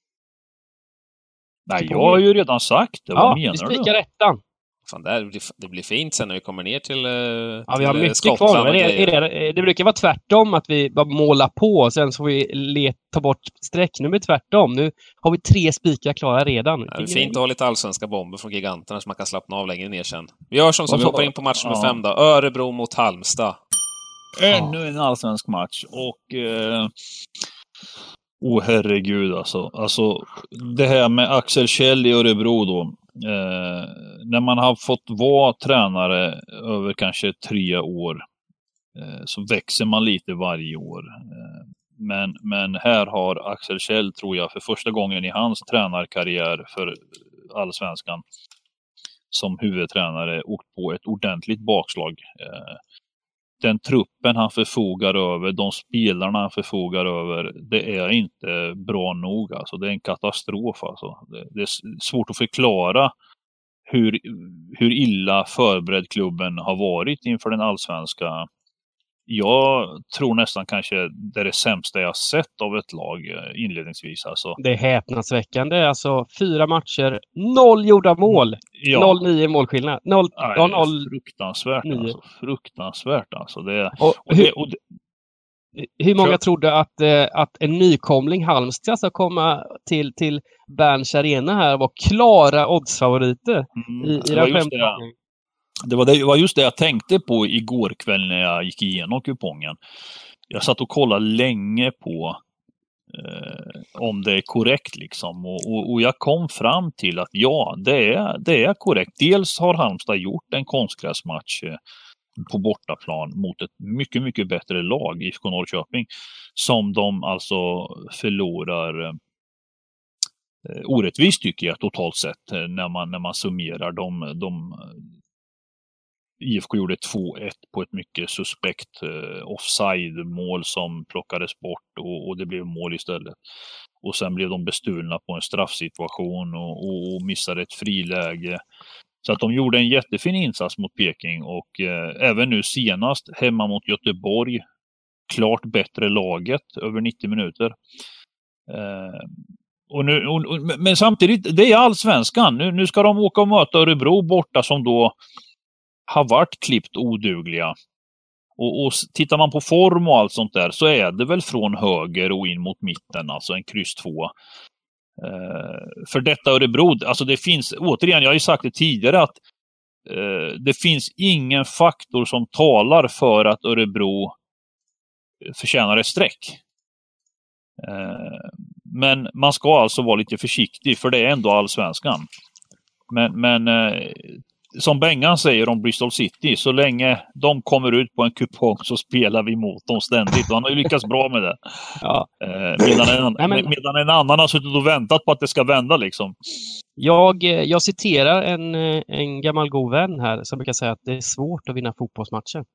Nej, jag har ju redan sagt det. Vad ja, menar vi du? spikar ettan. Fan, det, här, blir- det blir fint sen när vi kommer ner till, eh, Ja, vi har till, eh, mycket Skottland kvar. och Men det, grejer. är det, det brukar vara tvärtom, att vi bara målar på och sen så får vi let, ta bort streck. Nu är det tvärtom. Nu har vi tre spikar klara redan. Ja, det är fint att ha lite allsvenska bomber från giganterna så man kan slappna av längre ner sen. Vi gör som så, Och vi så- hoppar in på match nummer ja. fem då. Örebro mot Halmstad. Ännu en allsvensk match. Och... Eh... Åh, herregud alltså. Alltså, det här med Axel Kjell i Örebro då. Eh, när man har fått vara tränare över kanske tre år eh, så växer man lite varje år. Eh, men, men här har Axel Kjell, tror jag, för första gången i hans tränarkarriär för Allsvenskan som huvudtränare åkt på ett ordentligt bakslag. Eh, Den truppen han förfogar över, de spelarna han förfogar över, det är inte bra nog. Alltså. Det är en katastrof. Alltså. Det, det är svårt att förklara hur, hur illa förberedd klubben har varit inför den allsvenska. Jag tror nästan kanske det är det sämsta jag sett av ett lag inledningsvis. Alltså. Det är häpnadsväckande. Alltså fyra matcher, noll gjorda mål. Ja. noll nio målskillnad. noll, Nej, ja, det är noll. fruktansvärt. nio. Alltså. Fruktansvärt. Alltså. Det är, Och och hur, det, och det, hur många Tror- trodde att, eh, att en nykomling Halmstad ska komma till, till Berns Arena här och vara klara oddsfavoriter mm, i, i det var den just femte det. gången? Det var, det, det var just det jag tänkte på igår kväll när jag gick igenom kupongen. Jag satt och kollade länge på eh, om det är korrekt liksom. Och, och, och jag kom fram till att ja, det är, det är korrekt. Dels har Halmstad gjort en konstgräsmatch eh, på bortaplan mot ett mycket, mycket bättre lag i I F K Norrköping. Som de alltså förlorar eh, orättvist tycker jag totalt sett eh, när man, när man summerar de, de I F K gjorde två ett på ett mycket suspekt eh, offside-mål som plockades bort och, och det blev mål istället. Och sen blev de bestulna på en straffsituation och, och, och missade ett friläge. Så att de gjorde en jättefin insats mot Peking och eh, även nu senast hemma mot Göteborg klart bättre laget över nittio minuter. Eh, och nu, och, och, men samtidigt, det är allsvenskan. Nu, nu ska de åka och möta Örebro borta som då har varit klippt odugliga. Och, och tittar man på form och allt sånt där så är det väl från höger och in mot mitten, alltså en kryss två. Eh, för detta Örebro, alltså det finns, återigen, jag har ju sagt det tidigare att eh, det finns ingen faktor som talar för att Örebro förtjänar ett streck. Eh, men man ska alltså vara lite försiktig för det är ändå allsvenskan. Men, men eh, som Bengan säger om Bristol City, så länge de kommer ut på en kupong så spelar vi mot dem ständigt. Och han har ju lyckats bra med det. Ja. Eh, medan, en, Nej, men... medan en annan har suttit och väntat på att det ska vända liksom. Jag, jag citerar en, en gammal god vän här som brukar säga att det är svårt att vinna fotbollsmatcher.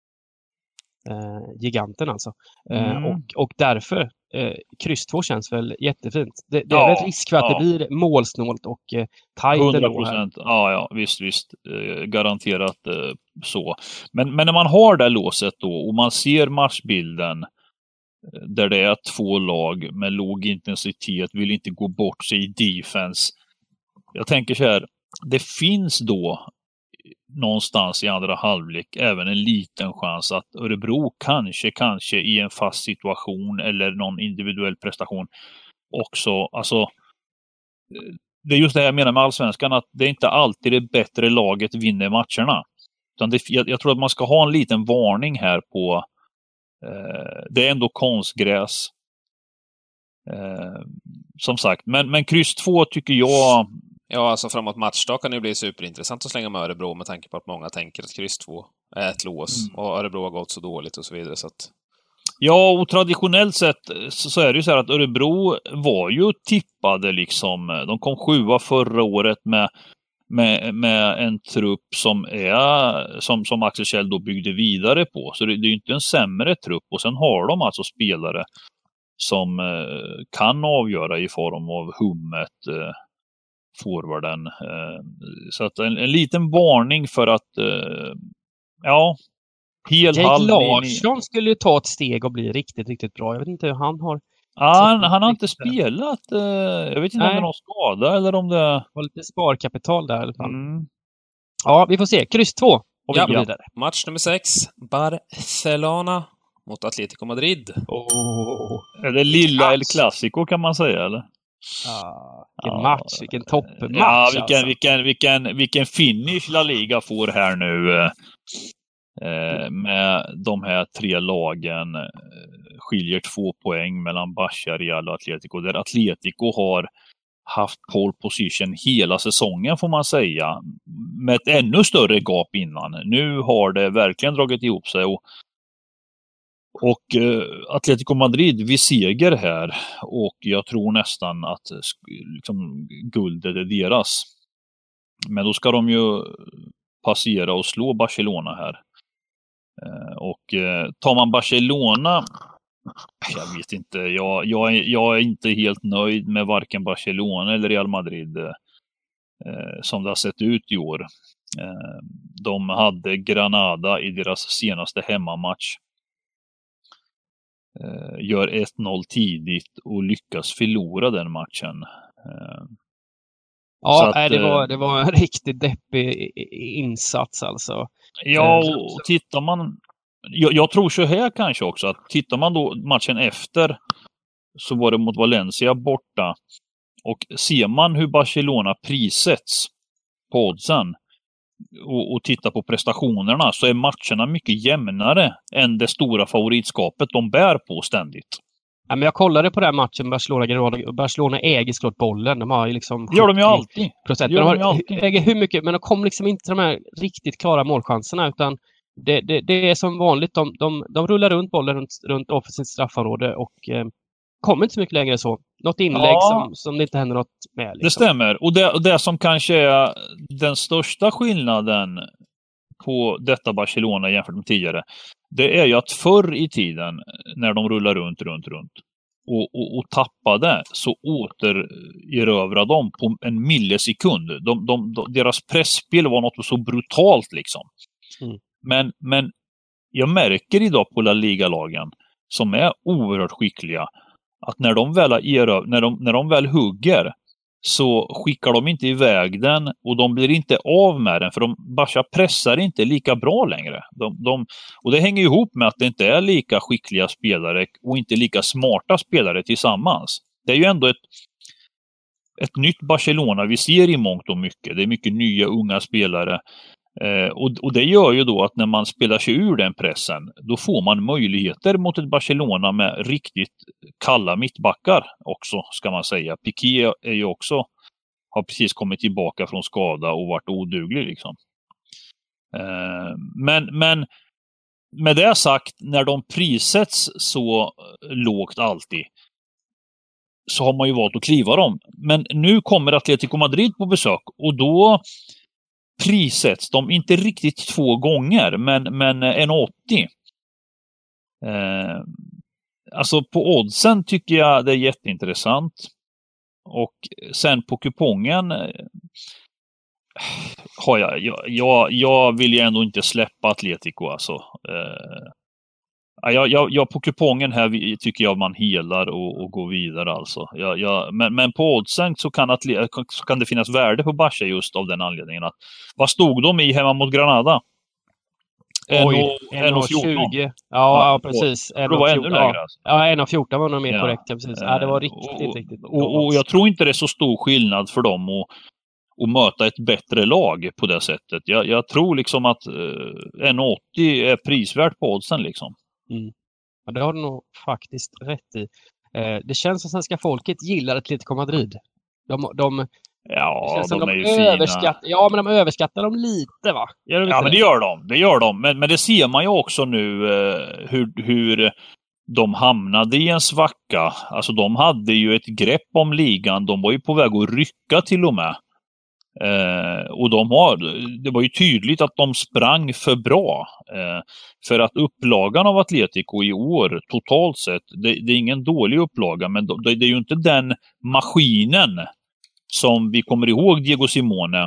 Eh, giganten alltså. Eh, mm. och, och därför eh, kryss två känns väl jättefint. Det, det ja, är väl risk för att ja. det blir målsnålt och eh, tajt hundra procent. Ja, ja, visst, visst. Eh, garanterat eh, så. Men, men när man har det låset då och man ser matchbilden eh, där det är två lag med låg intensitet, vill inte gå bort sig i defense. Jag tänker så här, det finns då någonstans i andra halvlek även en liten chans att Örebro kanske, kanske i en fast situation eller någon individuell prestation också, alltså det är just det jag menar med allsvenskan, att det är inte alltid det bättre laget vinner matcherna. Utan det, jag, jag tror att man ska ha en liten varning här på eh, det är ändå konstgräs. Eh, som sagt, men, men kryss två tycker jag. Ja, alltså framåt matchdag kan det bli superintressant att slänga med Örebro med tanke på att många tänker att kryss två är ett lås mm. och Örebro har gått så dåligt och så vidare. Så att... Ja, och traditionellt sett så, så är det ju så här att Örebro var ju tippade liksom. De kom sjua förra året med, med, med en trupp som är som, som Axel Kjell då byggde vidare på. Så det, det är ju inte en sämre trupp. Och sen har de alltså spelare som eh, kan avgöra i form av Hummet, eh, forwarden. Eh, så att en, en liten varning för att eh, ja, hel Jake halv Larsson skulle ju ta ett steg och bli riktigt, riktigt bra. Jag vet inte hur han har... Ja, han, han har inte spelat. Eh, jag vet inte Nej. om det är någon skada eller om det... Det var lite sparkapital där i alla fall. Mm. Ja, vi får se. kryss två och vi ja, går ja. vidare. Match nummer sex. Barcelona mot Atletico Madrid. Oh. Är det lilla El Clasico kan man säga, eller? Ah, vilken ja, match, vilken toppmatch. Ja, vilken, alltså. vilken, vilken, vilken finish La Liga får här nu eh, med de här tre lagen. Eh, skiljer två poäng mellan Barça, Real och Atletico. Där Atletico har haft pole position hela säsongen får man säga. Med ett ännu större gap innan. Nu har det verkligen dragit ihop sig och Och eh, Atletico Madrid, vi seger här och jag tror nästan att liksom, guldet är deras. Men då ska de ju passera och slå Barcelona här. Eh, och eh, tar man Barcelona, jag vet inte, jag, jag, jag är inte helt nöjd med varken Barcelona eller Real Madrid eh, som det har sett ut i år. Eh, de hade Granada i deras senaste hemmamatch. Gör ett noll tidigt och lyckas förlora den matchen. Ja, att, det, var, det var en riktigt deppig insats alltså. Ja, och tittar man... Jag, jag tror så här kanske också, att tittar man då matchen efter så var det mot Valencia borta. Och ser man hur Barcelona prissätts på oddsen, och, och tittar på prestationerna så är matcherna mycket jämnare än det stora favoritskapet de bär på ständigt. Ja, men jag kollade på den matchen Barcelona, Barcelona äger såklart bollen. De har ju liksom det gör de ju alltid. Procent. Gör de, de har, alltid. Äger hur mycket, men de kommer liksom inte till de här riktigt klara målchanserna utan det, det, det är som vanligt. De, de, de rullar runt bollen runt, runt offensivt straffområde och eh, kommer inte så mycket längre så. Något inlägg ja, som, som det inte händer något med. Liksom. Det stämmer. Och det, och det som kanske är den största skillnaden på detta Barcelona jämfört med tidigare, det är ju att förr i tiden när de rullar runt, runt, runt och, och, och tappade så återerövrar de på en millisekund. De, de, de, deras pressspel var något så brutalt liksom. Mm. Men, men jag märker idag på La Liga-lagen som är oerhört skickliga att när de väl, eröv, när de, när de väl hugger så skickar de inte iväg den och de blir inte av med den för de Barca pressar inte lika bra längre. De, de, och det hänger ihop med att det inte är lika skickliga spelare och inte lika smarta spelare tillsammans. Det är ju ändå ett, ett nytt Barcelona vi ser i mångt och mycket. Det är mycket nya unga spelare. Eh, och, och det gör ju då att när man spelar sig ur den pressen då får man möjligheter mot ett Barcelona med riktigt kalla mittbackar också ska man säga. Piqué är ju också har precis kommit tillbaka från skada och varit oduglig liksom. Eh, men, men med det sagt, när de prissätts så lågt alltid så har man ju valt att kliva dem. Men nu kommer Atletico Madrid på besök och då prissätts de inte riktigt två gånger men, men en åttio. Eh, alltså på oddsen tycker jag det är jätteintressant. Och sen på kupongen eh, har jag, jag, jag, jag vill ju ändå inte släppa Atletico alltså. Eh, jag, jag, jag på kupongen här tycker jag man helar och, och går vidare alltså. Jag, jag, men, men på oddsen så kan, atle, så kan det finnas värde på Barca just av den anledningen att vad stod de i hemma mot Granada? Oj, en och fjorton. Ja, ja, precis. Det var ännu lägre alltså. Ja, en och fjorton var nog mer ja. korrekt. Ja, precis. Ja, det var riktigt, och, riktigt. Och, och jag tror inte det är så stor skillnad för dem att, att möta ett bättre lag på det sättet. Jag, jag tror liksom att eh, en åttio är prisvärt på oddsen liksom. Mm. Ja, det har du nog faktiskt rätt i. Eh, det känns som svenska folket gillar Atletico Madrid. De, de, ja, de, de är ju fina. Ja, men de överskattar dem lite, va? Gör de ja, men det gör de. Det gör de. Men, men det ser man ju också nu eh, hur, hur de hamnade i en svacka. Alltså de hade ju ett grepp om ligan. De var ju på väg att rycka till och med. Eh, och de har, det var ju tydligt att de sprang för bra eh, för att upplagan av Atletico i år totalt sett, det, det är ingen dålig upplaga men det, det är ju inte den maskinen som vi kommer ihåg Diego Simone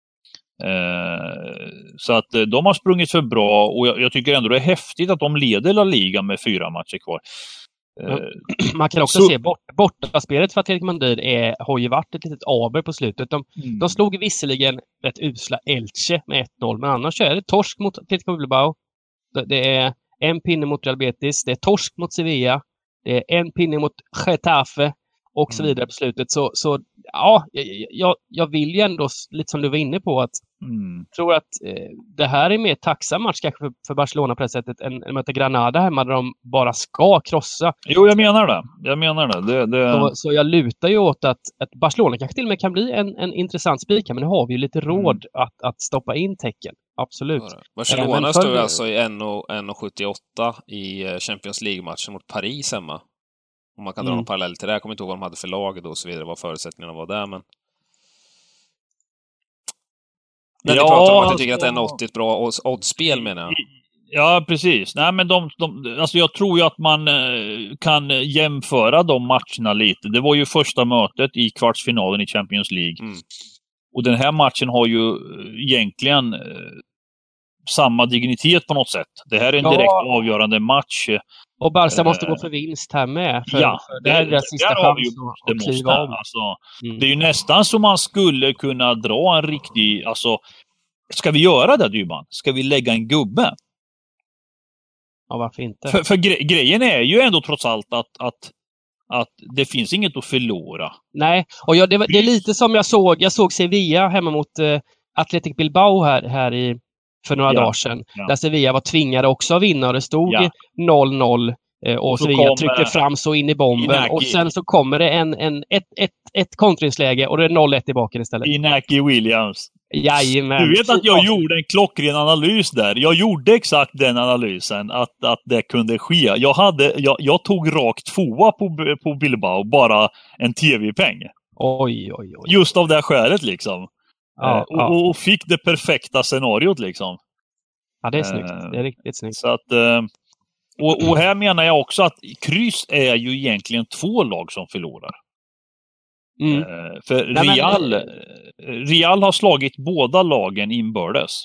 eh, så att de har sprungit för bra och jag, jag tycker ändå det är häftigt att de leder La Liga med fyra matcher kvar. Man kan också så... se bort, bortaspelet för Atletico Madrid är, har ju varit ett litet aber på slutet. De, mm. de slog visserligen rätt usla Elche med ett noll, men annars är det torsk mot Atletico Bilbao. Det, det är en pinne mot Real Betis, det är torsk mot Sevilla, det är en pinne mot Getafe och så vidare på slutet. Så, så ja, jag, jag vill ju ändå, lite som du var inne på, att mm. tror att eh, det här är mer tacksam match kanske för, för Barcelona på det sättet än, än möta Granada hemma där de bara ska krossa. Jo, jag menar det. Jag menar det. det, det... Så, så jag lutar ju åt att, att Barcelona kanske till och med kan bli en, en intressant spika, men nu har vi ju lite råd mm. att, att stoppa in tecken. Absolut. Barcelona för... står alltså i en komma sjuttioåtta i Champions League-matchen mot Paris hemma. Om man kan dra mm. någon parallell till det. Jag kommer inte ihåg vad de hade för lag då och så vidare, vad förutsättningarna var där, men... Men ja, ni pratar om att du tycker att en komma åttio är ett bra oddsspel, menar jag. Ja, precis. Nej, men de, de, alltså jag tror ju att man eh, kan jämföra de matcherna lite. Det var ju första mötet i kvartsfinalen i Champions League. Mm. Och den här matchen har ju egentligen eh, samma dignitet på något sätt. Det här är en direkt ja. avgörande match. Och Barca måste gå för vinst här med. För, ja, för det här är deras sista chans att, att kliva av. Alltså, mm. Det är ju nästan som man skulle kunna dra en riktig... Alltså, ska vi göra det, Dybban? Ska vi lägga en gubbe? Ja, varför inte? För, för gre- grejen är ju ändå trots allt att, att, att det finns inget att förlora. Nej, och jag, det, det är lite som jag såg. Jag såg Sevilla hemma mot... Eh, Athletic Bilbao här, här i, för några ja. dagar sedan. Ja. Där Sevilla var tvingade också att vinna och det stod ja. noll noll. Och, och Sevilla kom, tryckte fram så in i bomben. Inaki. Och sen så kommer det en, en, ett, ett, ett kontringsläge och det är noll ett tillbaka istället. Inaki Williams. Jajamän. Du vet att jag gjorde en klockren analys där. Jag gjorde exakt den analysen. Att, att det kunde ske. Jag, hade, jag, jag tog rakt tvåa på, på Bilbao. Bara en tv-peng. Oj, oj, oj. Just av det skälet liksom. Ja, eh, ja. Och, och fick det perfekta scenariot liksom. Ja, det är snyggt. Eh, det är riktigt snyggt. Så att... Eh, Och, och här menar jag också att kryss är ju egentligen två lag som förlorar. Mm. Eh, för Nej, Real, men... Real har slagit båda lagen inbördes.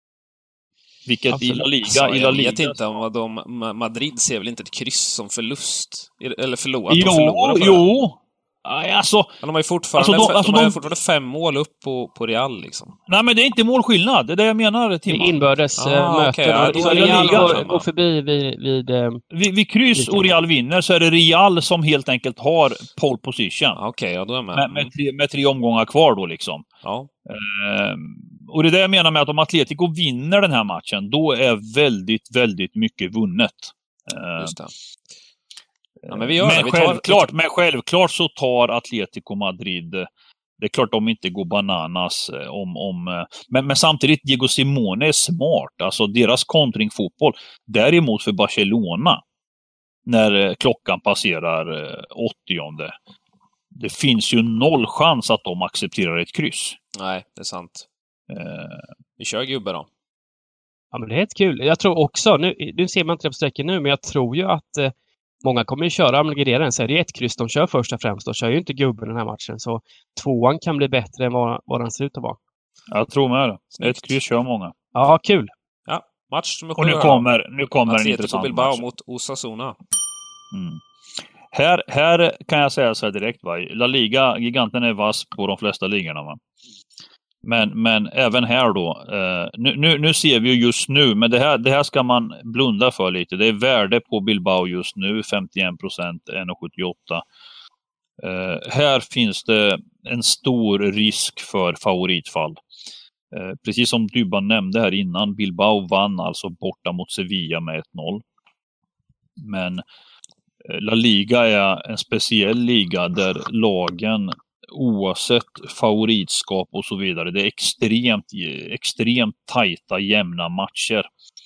Vilket Absolut. i La Liga... Alltså, i La Liga jag vet inte om de, Madrid ser väl inte ett kryss som förlust? Eller förlorat? Jo, förlorar jo. Alltså, de har ju fortfarande, alltså de, alltså de har de, fortfarande fem mål upp på, på Real liksom. Nej, men det är inte målskillnad. Det är det jag menar, Tim. Inbördes ah, möten. Okay, ja, så Real går, går förbi vid... Vid, vid, vid kryss och Real vinner så är det Real som helt enkelt har pole position. Okej, okay, ja, då är jag med. Med, med, tre, med tre omgångar kvar då liksom. Ja. Ehm, och det är det jag menar med att om Atletico vinner den här matchen, då är väldigt, väldigt mycket vunnet. Ehm, Just det. Ja, men vi gör men, det. Vi självklart, tar... men självklart så tar Atletico Madrid, det är klart de inte går bananas om, om men, men samtidigt Diego Simone är smart, alltså deras kontringfotboll. Däremot för Barcelona, när klockan passerar åttionde, det finns ju noll chans att de accepterar ett kryss. Nej, det är sant. Eh... Vi kör gubbar då. Ja, men det är helt kul. Jag tror också, nu, nu ser man inte det på sträcken nu, men jag tror ju att eh... många kommer ju köra Almgren, så är det ett kryss de kör först och främst. De kör ju inte gubben den här matchen. Så tvåan kan bli bättre än vad, vad den ser ut att vara. Jag tror med det. Snyggt. Ett kryss kör många. Ja, kul. Ja, match som är Och nu kommer, nu kommer en intressant Bilbao match. mot Osasuna. Mm. Här, här kan jag säga så här direkt. Va? La Liga, giganten är vass på de flesta ligorna. Va? Men, men även här då, eh, nu, nu, nu ser vi ju just nu, men det här, det här ska man blunda för lite. Det är värde på Bilbao just nu, femtioen procent, en komma sjuttioåtta. Eh, här finns det en stor risk för favoritfall. Eh, precis som Dybban nämnde här innan, Bilbao vann alltså borta mot Sevilla med ett noll. Men eh, La Liga är en speciell liga där lagen, oavsett favoritskap och så vidare, det är extremt extremt tajta, jämna matcher.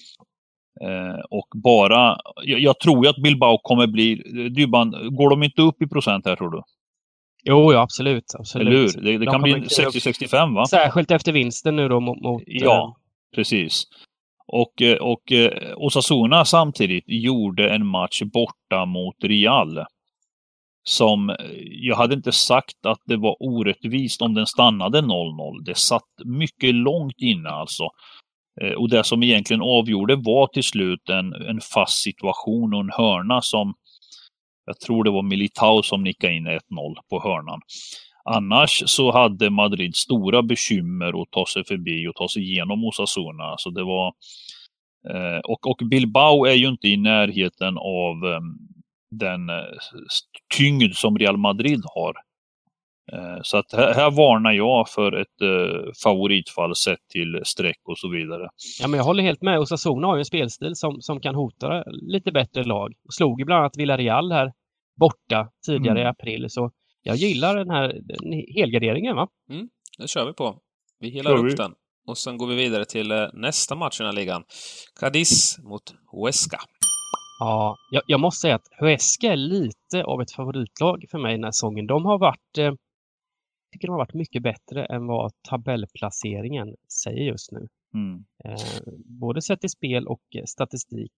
Eh, och bara, jag, jag tror ju att Bilbao kommer bli, Dybban, går de inte upp i procent här tror du? Jo, ja, absolut. absolut. Eller hur? Det, det de kan bli sextio sextiofem va? Särskilt efter vinsten nu då mot... mot ja, äh... precis. Och, och Osasuna samtidigt gjorde en match borta mot Real. Som, jag hade inte sagt att det var orättvist om den stannade noll noll. Det satt mycket långt inne alltså. Eh, och det som egentligen avgjorde var till slut en, en fast situation och en hörna som, jag tror det var Militao som nickade in ett noll på hörnan. Annars så hade Madrid stora bekymmer att ta sig förbi och ta sig igenom Osasuna. Så det var, eh, och, och Bilbao är ju inte i närheten av eh, den tyngd som Real Madrid har. Så att här, här varnar jag för ett uh, favoritfall sett till streck och så vidare. Ja, men jag håller helt med. Osasuna har ju en spelstil som, som kan hota lite bättre lag. Slog ju bland annat Villarreal här borta tidigare mm. i april. Så jag gillar den här den helgarderingen, va? Mm, det kör vi på. Vi helar upp vi. den. Och sen går vi vidare till uh, nästa match i den här ligan. Cadiz mot Huesca. Ja, jag, jag måste säga att Huesca är lite av ett favoritlag för mig den här säsongen. De har varit, eh, tycker de har varit mycket bättre än vad tabellplaceringen säger just nu. Mm. Eh, både sett i spel och eh, statistik.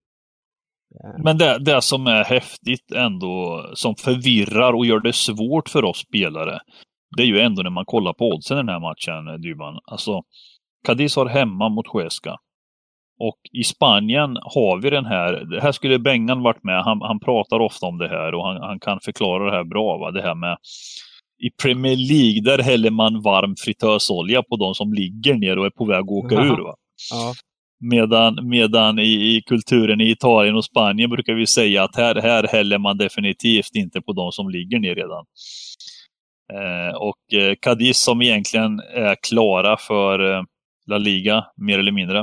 Eh. Men det, det som är häftigt ändå, som förvirrar och gör det svårt för oss spelare, det är ju ändå när man kollar på oddsen i den här matchen, Dybban. Alltså, Cadiz har hemma mot Huesca. Och i Spanien har vi den här, det här skulle Bengan varit med, han, han pratar ofta om det här och han, han kan förklara det här bra, va? Det här med i Premier League, där häller man varm fritösolja på de som ligger ner och är på väg att åka ja. ur, va? Ja. Medan, medan i, i kulturen i Italien och Spanien brukar vi säga att här, här häller man definitivt inte på de som ligger ner redan. Eh, och eh, Cadiz som egentligen är klara för eh, La Liga, mer eller mindre.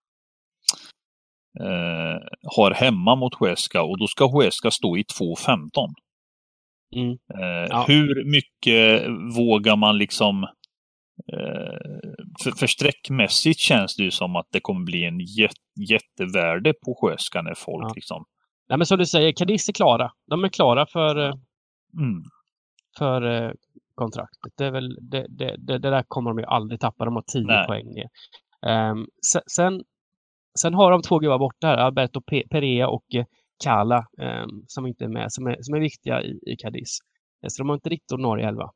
Eh, har hemma mot Huesca och då ska Huesca stå i två femton. Mm. Eh, Ja. Hur mycket vågar man liksom eh, för, för sträckmässigt känns det ju som att det kommer bli en jät, jättevärde på Huesca när folk Ja. liksom... Nej, men som du säger, Cadiz är klara. De är klara för, mm. för eh, kontraktet. Det, är väl, det, det, det, det där kommer de ju aldrig tappa. De har tio Nej. poäng ner. Um, sen, sen har de två gubbar borta här. Alberto Pe- Perea och eh, Kala um, som inte är med. Som är, som är viktiga i, i Cadiz. Så de har inte riktigt ordinarie elva.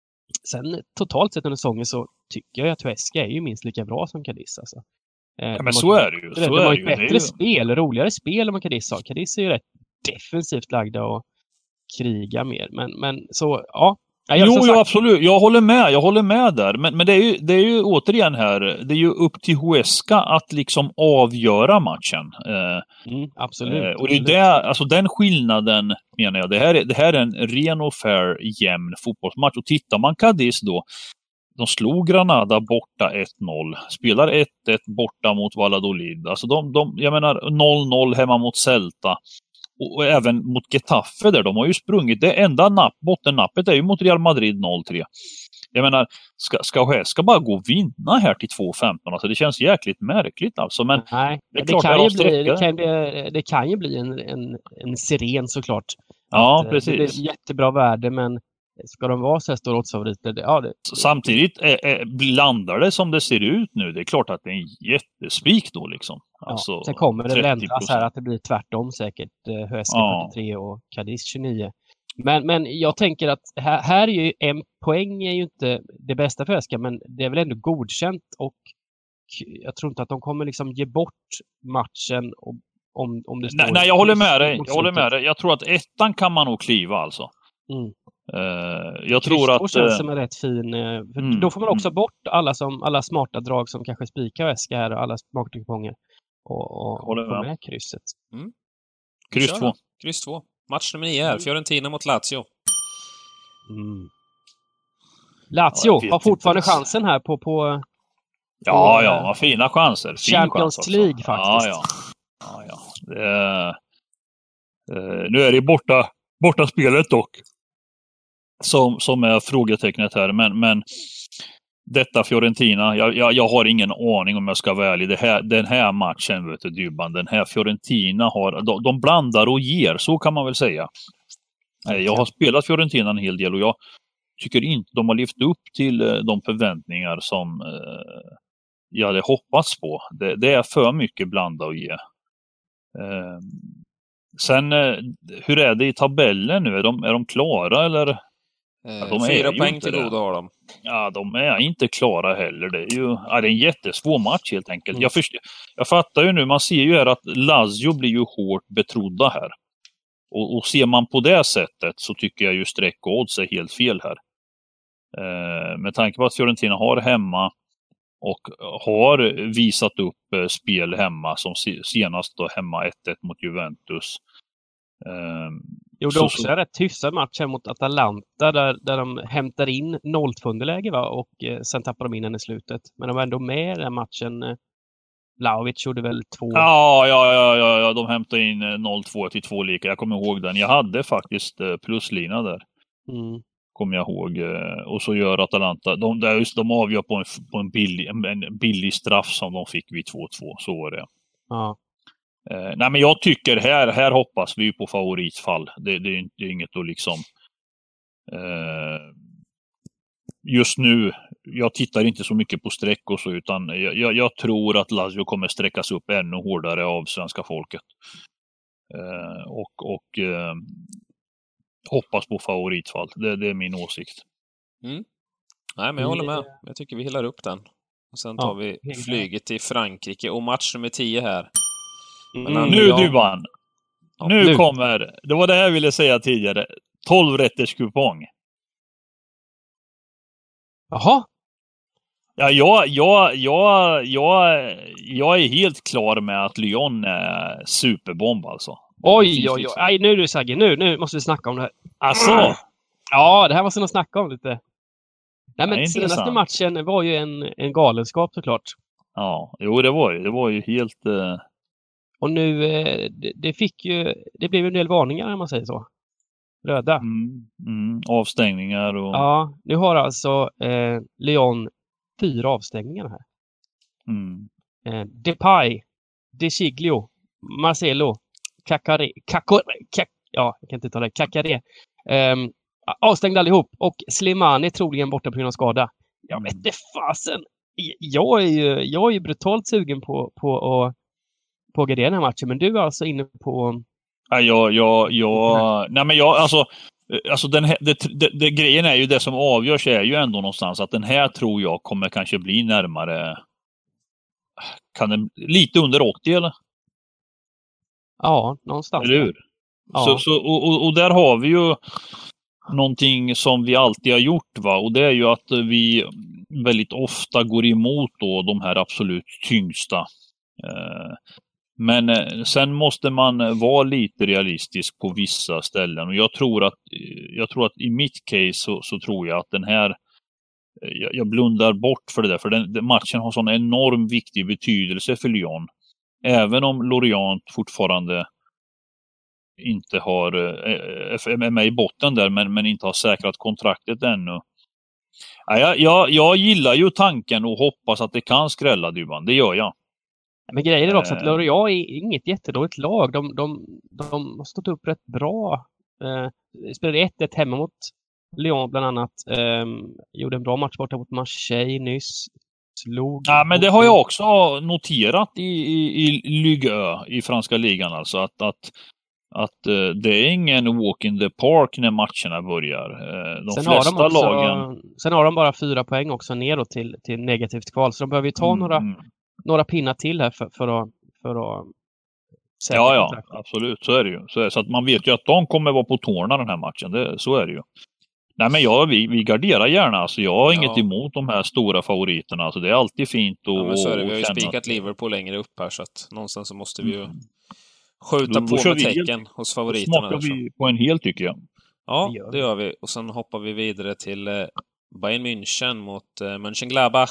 Sen totalt sett under säsongen så tycker jag att Huesca är ju minst lika bra som Cadiz. Alltså. Ja, men så är det ju. Så de har ju ett bättre ju... spel, roligare spel än vad Cadiz har. Cadiz är ju rätt defensivt lagda och kriga mer. Men, men så, ja. Jag jo, sagt... jo, absolut. Jag håller med. Jag håller med där. Men, men det, är ju, det är ju återigen här, det är ju upp till Huesca att liksom avgöra matchen. Eh, mm, absolut. Eh, och det är det, alltså den skillnaden menar jag. Det här, är, det här är en ren och fair, jämn fotbollsmatch. Och tittar man Cadiz då, de slog Granada borta ett noll. Spelar ett ett borta mot Valladolid. Alltså de, de, jag menar noll noll hemma mot Celta. Och, och även mot Getafe där. De har ju sprungit. Det enda napp, bottennappet är ju mot Real Madrid noll tre. Jag menar, ska, ska Huesca bara gå och vinna här till två femton? Alltså det känns jäkligt märkligt alltså. Men nej, det, är det, klart kan att ju de bli, det, kan bli, det kan ju bli en, en, en siren såklart. Ja, att, precis. Det är jättebra värde, men ska de vara så här stora oddsfavoriter? Ja, det... Samtidigt är, är, blandar det som det ser ut nu. Det är klart att det är en jättespik då liksom. Alltså, ja, sen kommer det väl trettio ändras procent. här att det blir tvärtom säkert. Huesca Ja. fyrtiotre och Cadiz tjugonio. Men, men jag tänker att här, här är ju en poäng är ju inte det bästa för Huesca, men det är väl ändå godkänt och jag tror inte att de kommer liksom ge bort matchen om, om, om det står... Nej, nej, jag håller med dig. Jag håller med dig. Jag tror att ettan kan man nog kliva alltså. Mm. Uh, jag tror att... känns som en rätt fin... Uh, för mm, då får man också mm. bort alla, som, alla smarta drag som kanske spikar Huesca här och alla smarta kuponger. Och, och Håller få med. med krysset. Mm. Kryss två. Kryss två. Match nummer nio här. Fiorentina mot Lazio. Mm. Lazio Ja, har fortfarande inte. chansen här på... på Ja, på, ja, vad fina chanser. Fin Champions chans League faktiskt. Ja, ja. ja, ja. Det är, uh, nu är det borta, borta spelet dock. Som, som är frågetecknet här. Men, men detta Fiorentina, jag, jag, jag har ingen aning om jag ska vara ärlig. Det här, den här matchen, vet du, Dybban, den här Fiorentina har, de, de blandar och ger, så kan man väl säga. Okay. Jag har spelat Fiorentina en hel del och jag tycker inte de har levt upp till de förväntningar som eh, jag hade hoppats på. Det, det är för mycket blanda och ge. Eh, sen, eh, hur är det i tabellen nu? Är de, är de klara eller? Eh, Ja, de fyra är ju poäng inte till det. goda har de. Ja, de är inte klara heller. Det är ju ja, det är en jättesvår match helt enkelt. Mm. Jag, först, jag fattar ju nu, man ser ju här att Lazio blir ju hårt betrodda här. Och, och ser man på det sättet så tycker jag ju streck och odds är helt fel här. Eh, med tanke på att Fiorentina har hemma och har visat upp eh, spel hemma som se, senast då hemma ett ett mot Juventus. Eh, Gjorde så, också så, en rätt hyfsad match här mot Atalanta där, där de hämtar in noll två underläge va? Och eh, sen tappar de in den i slutet. Men de var ändå med i den matchen. Eh, Vlahovic gjorde väl två... Ja, ja, ja, ja, ja, de hämtade in noll två till två lika. Jag kommer ihåg den. Jag hade faktiskt eh, pluslina där. Mm. Kommer jag ihåg. Eh, och så gör Atalanta. De, där just, de avgör på en, på en, billig, en, en billig straff som de fick vid två två. Så var det. Ja. Eh, nej, men jag tycker här, här hoppas vi på favoritfall. Det, det, är, det är inget att liksom... Eh, just nu, jag tittar inte så mycket på streck och så, utan jag, jag, jag tror att Lazio kommer sträckas upp ännu hårdare av svenska folket. Eh, och och eh, hoppas på favoritfall. Det, det är min åsikt. Mm. Nej, men jag håller med. Jag tycker vi hyllar upp den. Och sen tar ja, vi flyget till Frankrike och match nummer tio här. Mm. Nu jag... du vann. Ja, nu, nu kommer, det var det jag ville säga tidigare, tolv rätters kupong. Jaha. Ja, jag, jag, jag, jag, jag är helt klar med att Lyon är superbomb alltså. Oj, oj, oj. Aj, nu är du Sagge. Nu, nu måste vi snacka om det här. Alltså, Ja, det här var så att snacka om lite. Nej, men ja, senaste matchen var ju en, en galenskap såklart. Ja, jo det var ju, det var ju helt... Uh... Och nu, eh, det, det fick ju, det blev en del varningar om man säger så. Röda. Mm, mm, avstängningar och... Ja, nu har alltså eh, Lyon fyra avstängningar här. Mm. Eh, Depay, De Sciglio, Marcelo, Kakare, Kakore, Kak, ja, jag kan inte ta det, Kakare. Eh, avstängda allihop. Och Slimani troligen borta på grund av skada. Jag vet inte fasen. Jag är ju, jag är ju brutalt sugen på, på att på G D den här matchen, men du är alltså inne på... Ja, jag, jag, jag... Nej, men jag, alltså... Alltså den här, det, det, det, grejen är ju det som avgörs är ju ändå någonstans att den här tror jag kommer kanske bli närmare... Kan den, lite under åttio eller? Ja, någonstans. Eller hur? Ja. Så, så, och, och där har vi ju någonting som vi alltid har gjort, va? Och det är ju att vi väldigt ofta går emot då de här absolut tyngsta. Eh, men eh, sen måste man vara lite realistisk på vissa ställen. Och jag tror att, jag tror att i mitt case så, så tror jag att den här jag, jag blundar bort för det där. För den, den matchen har sån enorm viktig betydelse för Lyon. Även om Lorient fortfarande inte har är med i botten där, men, men inte har säkrat kontraktet ännu. Ja, jag, jag, jag gillar ju tanken och hoppas att det kan skrälla, Dybban. Det gör jag. Men grejen är också att Lorient är inget jättedåligt lag. De, de, de har stått upp rätt bra. Eh, spelade ett ett hemma mot Lyon bland annat. Eh, gjorde en bra match borta mot Marseille nyss. Slog. Ja, men det har jag också noterat i, i, i Ligue ett i franska ligan. Alltså att, att, att uh, det är ingen walk in the park när matcherna börjar. Uh, de sen flesta har de också, lagen... Sen har de bara fyra poäng också neråt till, till negativt kval. Så de behöver ju ta mm. några, några pinnar till här för, för att... För att ja, ja, absolut. Så är det ju. Så, är det. Så att man vet ju att de kommer vara på tårna den här matchen. Det, så är det ju. Nej, men ja, vi, vi garderar gärna. Alltså, jag har ja. inget emot de här stora favoriterna. Alltså, det är alltid fint att... Ja, men så är det. Vi har ju spikat att... Liverpool längre upp här, så att någonstans så måste vi ju mm. skjuta då, på då med tecken helt, hos favoriterna. Då smakar vi på en hel, tycker jag. Ja, det gör, det gör vi. Och sen hoppar vi vidare till eh, Bayern München mot eh, Mönchengladbach.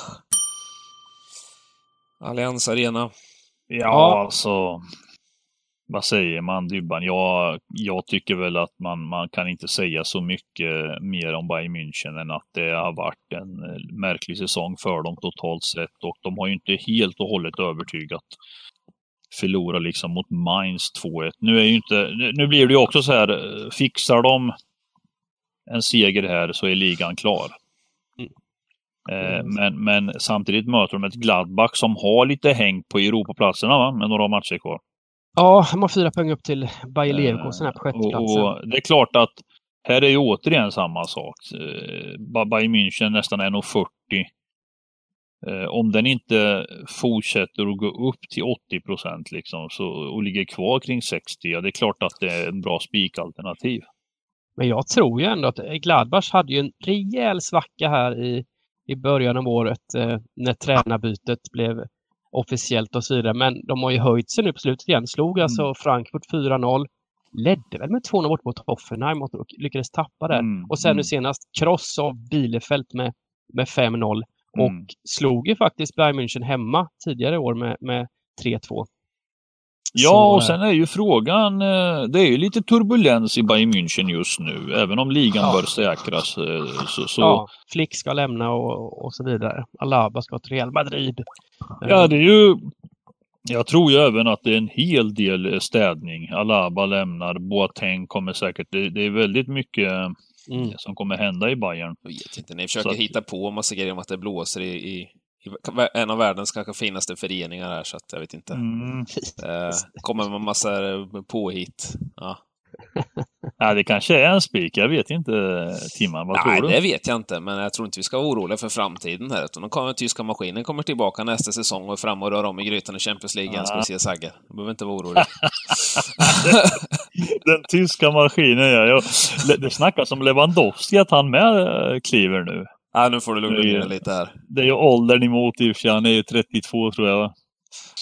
Allianz Arena. Ja, ja, alltså... Vad säger man, Dybban? Jag, jag tycker väl att man, man kan inte säga så mycket mer om Bayern München än att det har varit en märklig säsong för dem totalt sett. Och de har ju inte helt och hållet övertygat förlora liksom mot Mainz två ett. Nu är ju inte, nu blir det ju också så här, fixar de en seger här så är ligan klar. Mm. Eh, men, men samtidigt möter de ett Gladbach som har lite häng på Europaplatserna, va? Med några matcher kvar. Ja, de har fyra poäng upp till Bayer Leverkusen här på sjätteplatsen. Och, och det är klart att här är ju återigen samma sak. Bayern München nästan en komma fyrtio. Om den inte fortsätter att gå upp till åttio procent liksom, så, och ligger kvar kring sextio, ja, det är klart att det är en bra spikalternativ. Men jag tror ju ändå att Gladbach hade ju en rejäl svacka här i, i början av året eh, när tränarbytet blev officiellt och så vidare. Men de har ju höjt sig nu på slutet igen. Slog alltså mm. Frankfurt fyra noll. Ledde väl med två noll bort mot Hoffenheim och lyckades tappa där. Mm. Och sen mm. nu senast kross av Bielefeld med, med fem noll. Mm. Och slog ju faktiskt Bayern München hemma tidigare år med, med tre två. Ja, så, och sen är ju frågan, det är ju lite turbulens i Bayern München just nu, även om ligan ja. bör säkras. Så, så... Ja, Flick ska lämna och, och så vidare. Alaba ska till Real Madrid. Ja, det är ju... Jag tror ju även att det är en hel del städning. Alaba lämnar, Boateng kommer säkert... Det, det är väldigt mycket mm. som kommer hända i Bayern. Jag vet inte, ni försöker att... hitta på massa grejer om att det blåser i... i... en av världens kanske finaste föreningar här, så att jag vet inte. Mm. Eh, kommer med massa påhit. Ja. Ja, det kanske är en spik. Jag vet inte, Timman. Vad Nej, tror du? det vet jag inte. Men jag tror inte vi ska vara oroliga för framtiden här. Utan de kommer, tyska maskinen kommer tillbaka nästa säsong och är fram och rör om i grytan i Champions League. Ja. Ska vi se Sagger. Du behöver inte vara orolig. Den tyska maskinen, ja. Jag, det snackas om Lewandowski, att han med kliver nu. Ja, nu får du lugna ner lite här. Det är ju åldern emot i och för sig. Han är ju trettiotvå, tror jag, va?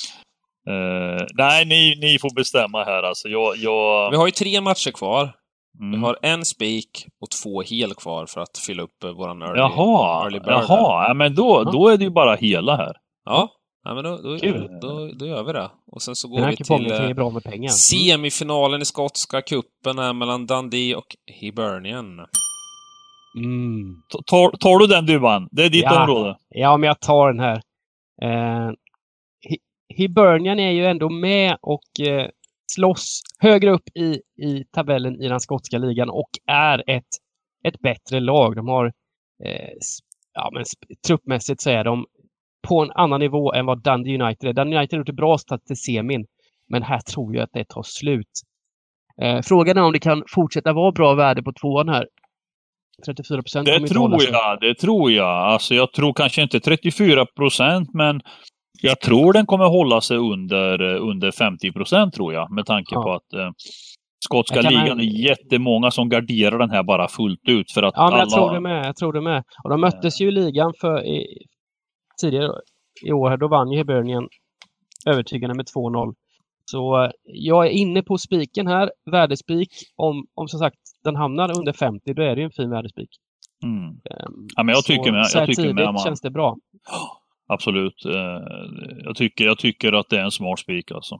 Uh, nej, ni, ni får bestämma här. Alltså, jag, jag... Vi har ju tre matcher kvar. Mm. Vi har en spik och två hel kvar för att fylla upp våran early, jaha, early bird. Jaha, ja, men då, då är det ju bara hela här. Ja, ja men då, då, då, då, då gör vi det. Och sen så går Den här vi till kupongen är bra med pengar. semifinalen i skotska kuppen är mellan Dundee och Hibernian. Mm. Tar, tar du den, Duvan? Det är ditt ja. område. Ja, men jag tar den här. Eh, Hibernian är ju ändå med och eh, slåss högre upp i, i tabellen i den skotska ligan och är ett, ett bättre lag. De har eh, ja, men truppmässigt så är de på en annan nivå än vad Dundee United är. Dundee United har gjort ett bra start till semin, men här tror jag att det tar slut. Eh, frågan är om det kan fortsätta vara bra värde på tvåan här. trettiofyra procent. Det tror jag, det tror jag. Alltså jag tror kanske inte trettiofyra procent, men jag tror den kommer hålla sig under, under femtio procent tror jag. Med tanke ja. på att eh, skotska ligan är jättemånga som garderar den här bara fullt ut. För att ja, men jag alla... tror det med. Jag tror det med. Och de möttes ju i ligan för i, tidigare i år. Då vann ju Hibernian övertygande med två noll. Så jag är inne på spiken här. Värdespik. Om, om som sagt den hamnar under femtio, då är det ju en fin värdespik. Mm. Um, ja, men jag tycker med. Så jag tycker tidigt med man... känns det bra. Absolut. Jag tycker, jag tycker att det är en smart spik alltså.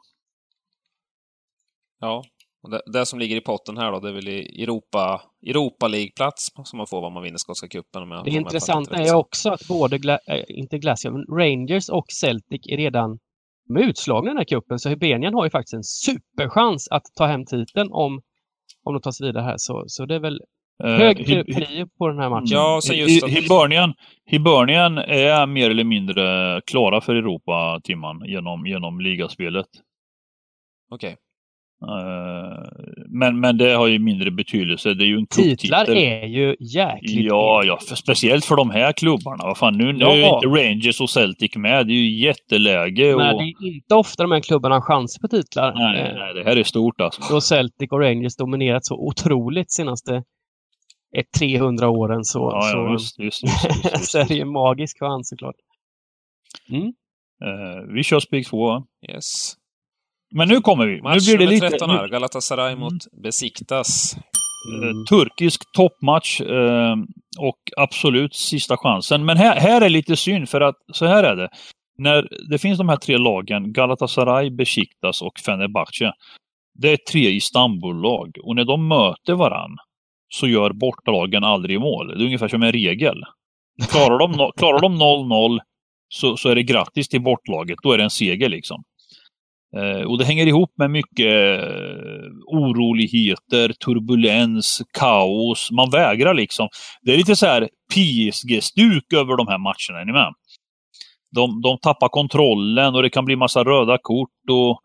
Ja, och det, det som ligger i potten här då, det är väl i Europa, Europa League-plats som man får vad man vinner skotska cupen. Det intressanta är också att både, Gla- äh, inte Glasgow, men Rangers och Celtic är redan med utslagna i den här cupen. Så Hibernian har ju faktiskt en superchans att ta hem titeln om, om de tar sig vidare här. Så, så det är väl hög uh, prio på den här matchen. Ja, sen just att... Hibernian, Hibernian är mer eller mindre klara för Europa, Timman, genom, genom ligaspelet. Okej. Okay. Uh, men, men det har ju mindre betydelse. Det är ju en titlar är ju jäkligt. Ja, ja för, speciellt för de här klubbarna. Vad fan, nu, nu är inte Rangers och Celtic med. Det är ju jätteläge. Och... Nej, det är inte ofta de här klubbarna har chans på titlar. Nej, nej, det här är stort alltså. Då Celtic och Rangers dominerat så otroligt senaste ett trehundra åren så, ja, så, ja, just, just, just, just, just. så är det ju en magisk chans såklart. Mm. Uh, vi kör spik två. Yes. Men nu kommer vi. Match nu blir det lite tretton här. Galatasaray mm. mot Besiktas. Mm. Turkisk toppmatch eh, och absolut sista chansen. Men här, här är lite synd för att så här är det. När det finns de här tre lagen, Galatasaray, Besiktas och Fenerbahce. Det är tre Istanbul-lag. Och när de möter varann så gör bortalagen aldrig mål. Det är ungefär som en regel. Klarar de, no- klarar de noll noll så, så är det grattis till bortlaget. Då är det en seger liksom. Eh, och det hänger ihop med mycket eh, oroligheter, turbulens, kaos. Man vägrar liksom. Det är lite så här P S G-stuk över de här matcherna, är ni med? De, de tappar kontrollen och det kan bli massa röda kort. Och,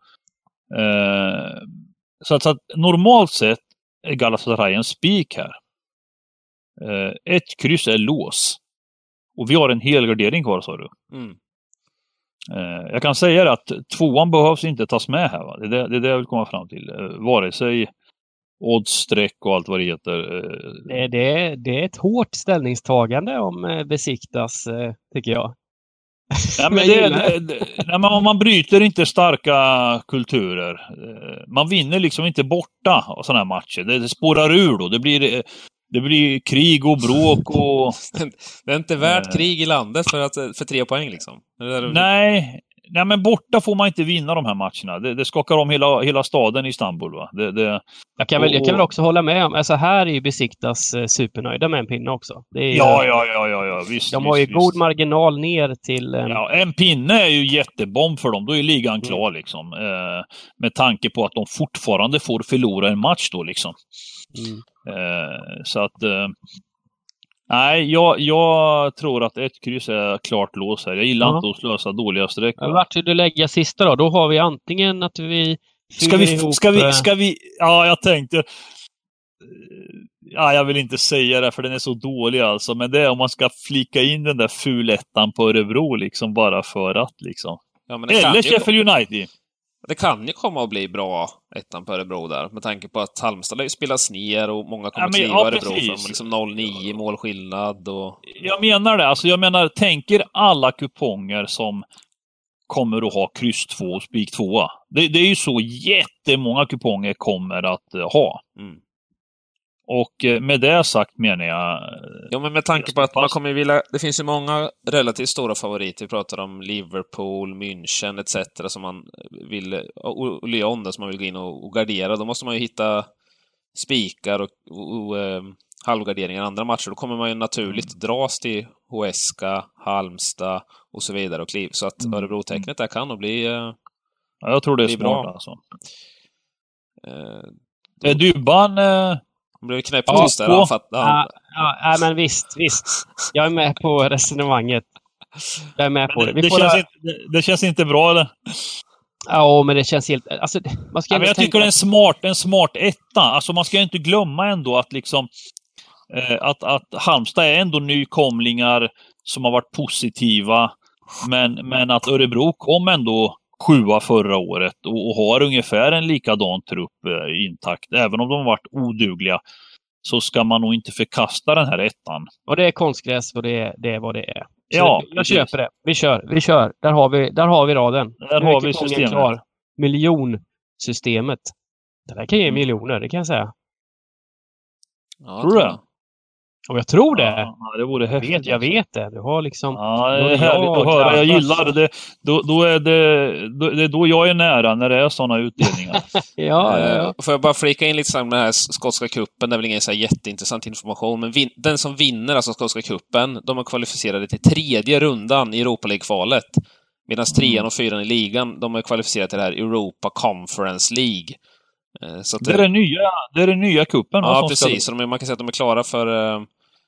eh, så, att, så att normalt sett är Galatasaray en spik här. Eh, ett kryss är lås. Och vi har en helgardering kvar, sa du. Mm. Eh, jag kan säga att tvåan behövs inte tas med här. Va? Det, är det, det är det jag vill komma fram till. Eh, vare sig oddsträck och allt vad det heter. Eh. Det, det, det är ett hårt ställningstagande om eh, Besiktas, eh, tycker jag. Nej, men det, det, det, nej, men om man bryter inte starka kulturer. Eh, man vinner liksom inte borta av sådana här matcher. Det, det spårar ur då. Det blir... Eh, Det blir krig och bråk och... Det är inte värt äh... krig i landet för, att, för tre poäng liksom. Nej, nej, men borta får man inte vinna de här matcherna. Det, det skakar om hela, hela staden i Istanbul. Va? Det, det... Jag, kan väl, jag kan väl också hålla med om... Alltså här är ju Besiktas eh, supernöjda med en pinne också. Det är, ja, ja, ja, ja, ja. Visst, de visst, har ju visst. god marginal ner till... En... Ja, en pinne är ju jättebomb för dem. Då är ligan mm. klar liksom. Eh, med tanke på att de fortfarande får förlora en match då liksom. Mm. Eh, så att eh, nej, jag, jag tror att ett kryss är klart lås här. Jag gillar ja. inte att slösa dåliga streck. Vart vill du lägga sista då? Då har vi antingen att vi ska vi, ihop... ska vi, ska vi, ja jag tänkte ja jag vill inte säga det för den är så dålig alltså, men det är om man ska flika in den där fulettan på Örebro liksom bara för att liksom. Ja, men eller Sheffield United. Det kan ju komma att bli bra ettan på Örebro där. Med tanke på att Halmstad har ju spelats ner och många kommer ja, kliva ja, Örebro för liksom noll nio målskillnad. Och... Jag menar det. Alltså jag menar, tänker alla kuponger som kommer att ha kryss två och spik tvåa. Det, det är ju så jättemånga kuponger kommer att uh, ha. Mm. Och med det sagt menar jag... Ja, men med tanke på att man kommer vilja... Det finns ju många relativt stora favoriter. Vi pratar om Liverpool, München et cetera som man vill... Och Lyon som man vill gå in och, och gardera. Då måste man ju hitta spikar och, och, och eh, halvgarderingar i andra matcher. Då kommer man ju naturligt dras till Huesca, Halmstad och så vidare och kliv. Så att mm. Örebro-tecknet där kan nog bli... Eh, ja, jag tror det är smart bra. Alltså. Eh, då... Är Dybban... Eh... Han blev knäppt ja, tyst där. Han fatt, ja, ja, ja, men visst, visst. Jag är med på resonemanget. Jag är med men på det. Det, det, känns inte, det känns inte bra, eller? Ja, men det känns helt... Alltså, man ska ja, men jag tänka... tycker det är en smart, en smart etta. Alltså, man ska inte glömma ändå att liksom... Eh, att, att Halmstad är ändå nykomlingar som har varit positiva. Men, men att Örebro kom ändå sjua förra året och, och har ungefär en likadan trupp eh, intakt. Även om de har varit odugliga så ska man nog inte förkasta den här ettan. Och det är konstgräs och det är, det är vad det är. Så ja, jag precis. köper det. Vi kör, vi kör. Där har vi, där har vi raden. Där har vi systemet. Klar. Miljonsystemet. Det där kan ge miljoner, det kan jag säga. Ja, tror du det? Och jag tror det. Ja, det vore häftigt. Jag vet, jag vet det. Du har liksom... Ja, det är härligt att höra. Jag gillar det. Då, då är det, då, det är då jag är nära när det är sådana utdelningar. ja, ja, ja. Får jag bara flika in lite med den här skotska kuppen. Det är väl ingen så här jätteintressant information. Men vin, den som vinner alltså skotska kuppen, de är kvalificerade till tredje rundan i Europa League-kvalet. Medan trean och fyran i ligan, de är kvalificerade till det här Europa Conference League. Så det, det, är det, nya, det är den nya kuppen. Ja, precis. Så de, man kan säga att de är klara för, eh,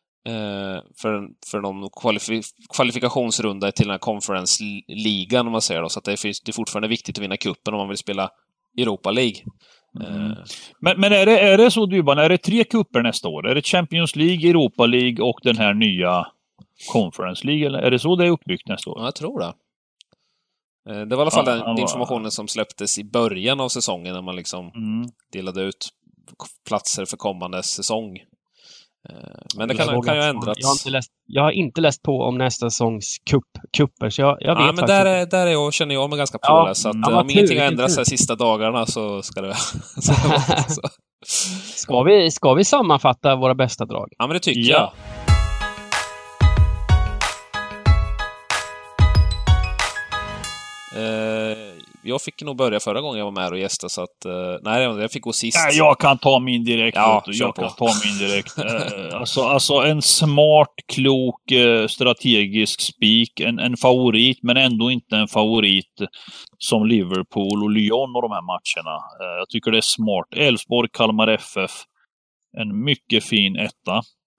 för, för någon kvalif- kvalifikationsrunda till den här Conference-ligan, om man säger då. Så att det, är, det är fortfarande viktigt att vinna kuppen om man vill spela Europa League. Mm. Eh. Men, men är, det, är det så, Dybban? Är det tre kupper nästa år? Är det Champions League, Europa League och den här nya Conference League? Eller är det så det är uppbyggt nästa år? Ja, jag tror det. Det var i alla fall ja, den informationen som släpptes i början av säsongen när man liksom mm. delade ut platser för kommande säsong. Men det kan, kan ju ändras. Jag har, inte läst, jag har inte läst på om nästa säsongs kupp, kupper, så jag, jag vet ja, men där, är, där är jag, känner jag mig ganska påläst. Ja, så att, ja, om tur, ingenting har ändrats de sista dagarna så ska det så. ska, vi, ska vi sammanfatta våra bästa drag? Ja, men det tycker ja. jag. Uh, jag fick nog börja förra gången jag var med och gästa så att uh, nej, jag fick gå sist. Nej, jag kan ta min direkt. Ja, jag kan ta min direkt. uh, alltså, alltså en smart, klok, uh, strategisk spik. En, en favorit, men ändå inte en favorit som Liverpool och Lyon och de här matcherna. Uh, jag tycker det är smart. Elfsborg, Kalmar F F. En mycket fin etta.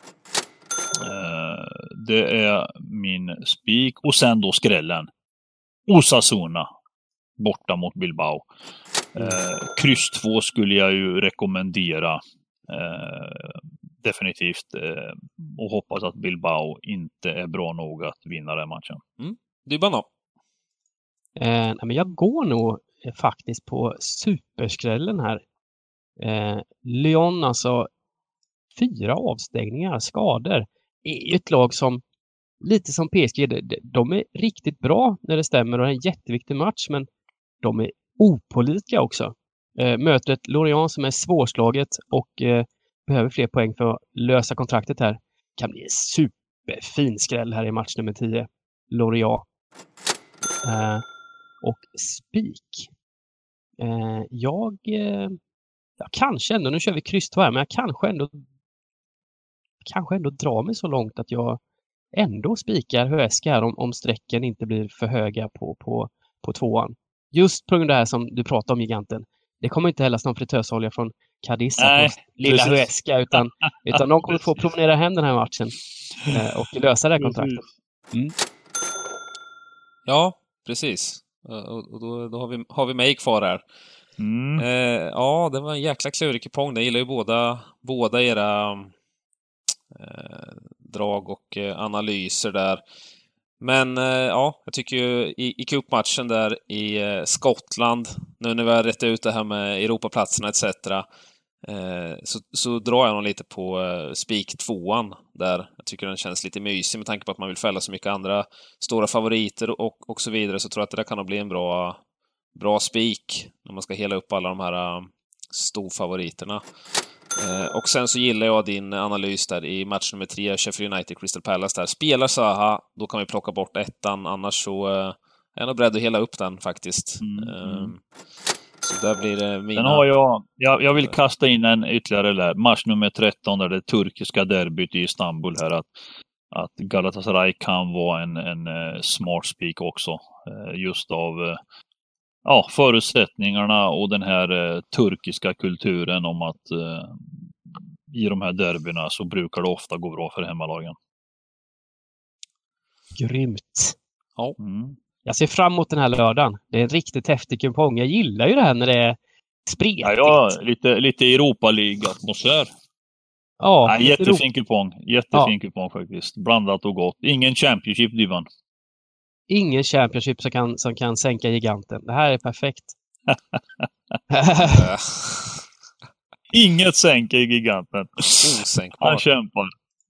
Uh, det är min spik. Och sen då skrällen. Osasuna borta mot Bilbao. Eh, kryss två skulle jag ju rekommendera eh, definitivt eh, och hoppas att Bilbao inte är bra nog att vinna den matchen. Mm. Du bara nå. Eh, men jag går nog faktiskt på superskrällen här. Eh, Lyon, alltså fyra avstängningar, skador. I ett lag som lite som P S G, de är riktigt bra när det stämmer och det är en jätteviktig match, men de är opålitliga också. Eh, möter ett Lorient som är svårslaget och eh, behöver fler poäng för att lösa kontraktet här. Kan bli en superfin skräll här i match nummer tio. Lorient. Eh, och spik. Eh, jag, eh, jag kanske ändå, nu kör vi kryss två här, men jag kanske ändå kanske ändå drar mig så långt att jag ändå spikar Huesca här om, om sträcken inte blir för höga på, på, på tvåan. Just på grund av det här som du pratade om, giganten. Det kommer inte heller någon fritösolja från Cadiz på lilla Huesca, utan, utan de kommer få promenera hem den här matchen eh, och lösa det här kontraktet. Mm. Ja, precis. Och, och då, då har vi, har vi mig kvar här. Mm. Eh, ja, det var en jäkla klurig kupong. Jag gillar ju båda, båda era eh, drag och eh, analyser där. Men eh, ja, jag tycker ju i, i cupmatchen där i eh, Skottland, nu när vi har rätt ut det här med Europaplatserna et cetera, eh, så, så drar jag nog lite på eh, spik tvåan där. Jag tycker den känns lite mysig med tanke på att man vill fälla så mycket andra stora favoriter och, och så vidare, så tror jag att det där kan nog bli en bra, bra spik när man ska hela upp alla de här uh, storfavoriterna. Eh, och sen så gillar jag din analys där i match nummer tre, Sheffield United Crystal Palace där. Spelar Zaha, då kan vi plocka bort ettan, annars så eh, är jag nog beredd att hela upp den faktiskt. Mm. Eh, så där blir det mina... Sen har jag, jag, jag vill kasta in en ytterligare där. Match nummer tretton där det turkiska derbyt i Istanbul här. Att, att Galatasaray kan vara en, en uh, smart speak också. Uh, just av uh, ja, förutsättningarna och den här uh, turkiska kulturen om att uh, i de här derbyna så brukar det ofta gå bra för hemmalagen. Grymt. Ja. Mm. Jag ser fram emot den här lördagen. Det är en riktigt häftig kumpong. Jag gillar ju det här när det är spretigt. Ja, ja, lite, lite Europa League-atmosfär. Ja, ja, jättefin kupong. Jättefin ja. kupong faktiskt. Blandat och gott. Ingen Championship, Dyvan. Ingen Championship som kan, som kan sänka giganten. Det här är perfekt. Inget sänker giganten. Osänkbart. Han kämpar.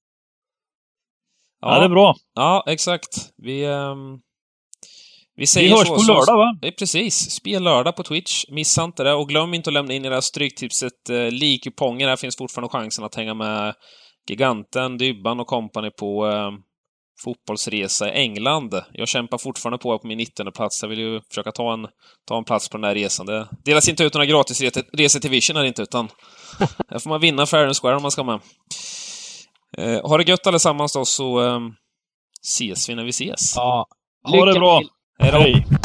Ja, ja, det är bra. Ja, exakt. Vi... Um... Vi, säger Vi hörs så, på lördag, va? Det är precis. Spel lördag på Twitch. Missa inte det. Och glöm inte att lämna in era stryktipset eh, likkuponger. Där finns fortfarande chansen att hänga med Giganten, Dybban och company på eh, fotbollsresa i England. Jag kämpar fortfarande på på min nittonde plats. Jag vill ju försöka ta en, ta en plats på den här resan. Det delas inte ut några gratis resor till Vision här inte, utan där får man vinna Fair and Square om man ska med. Eh, ha det gött allesammans då, så eh, ses vi när vi ses. Ja. Ha det bra. Hej då. Hej.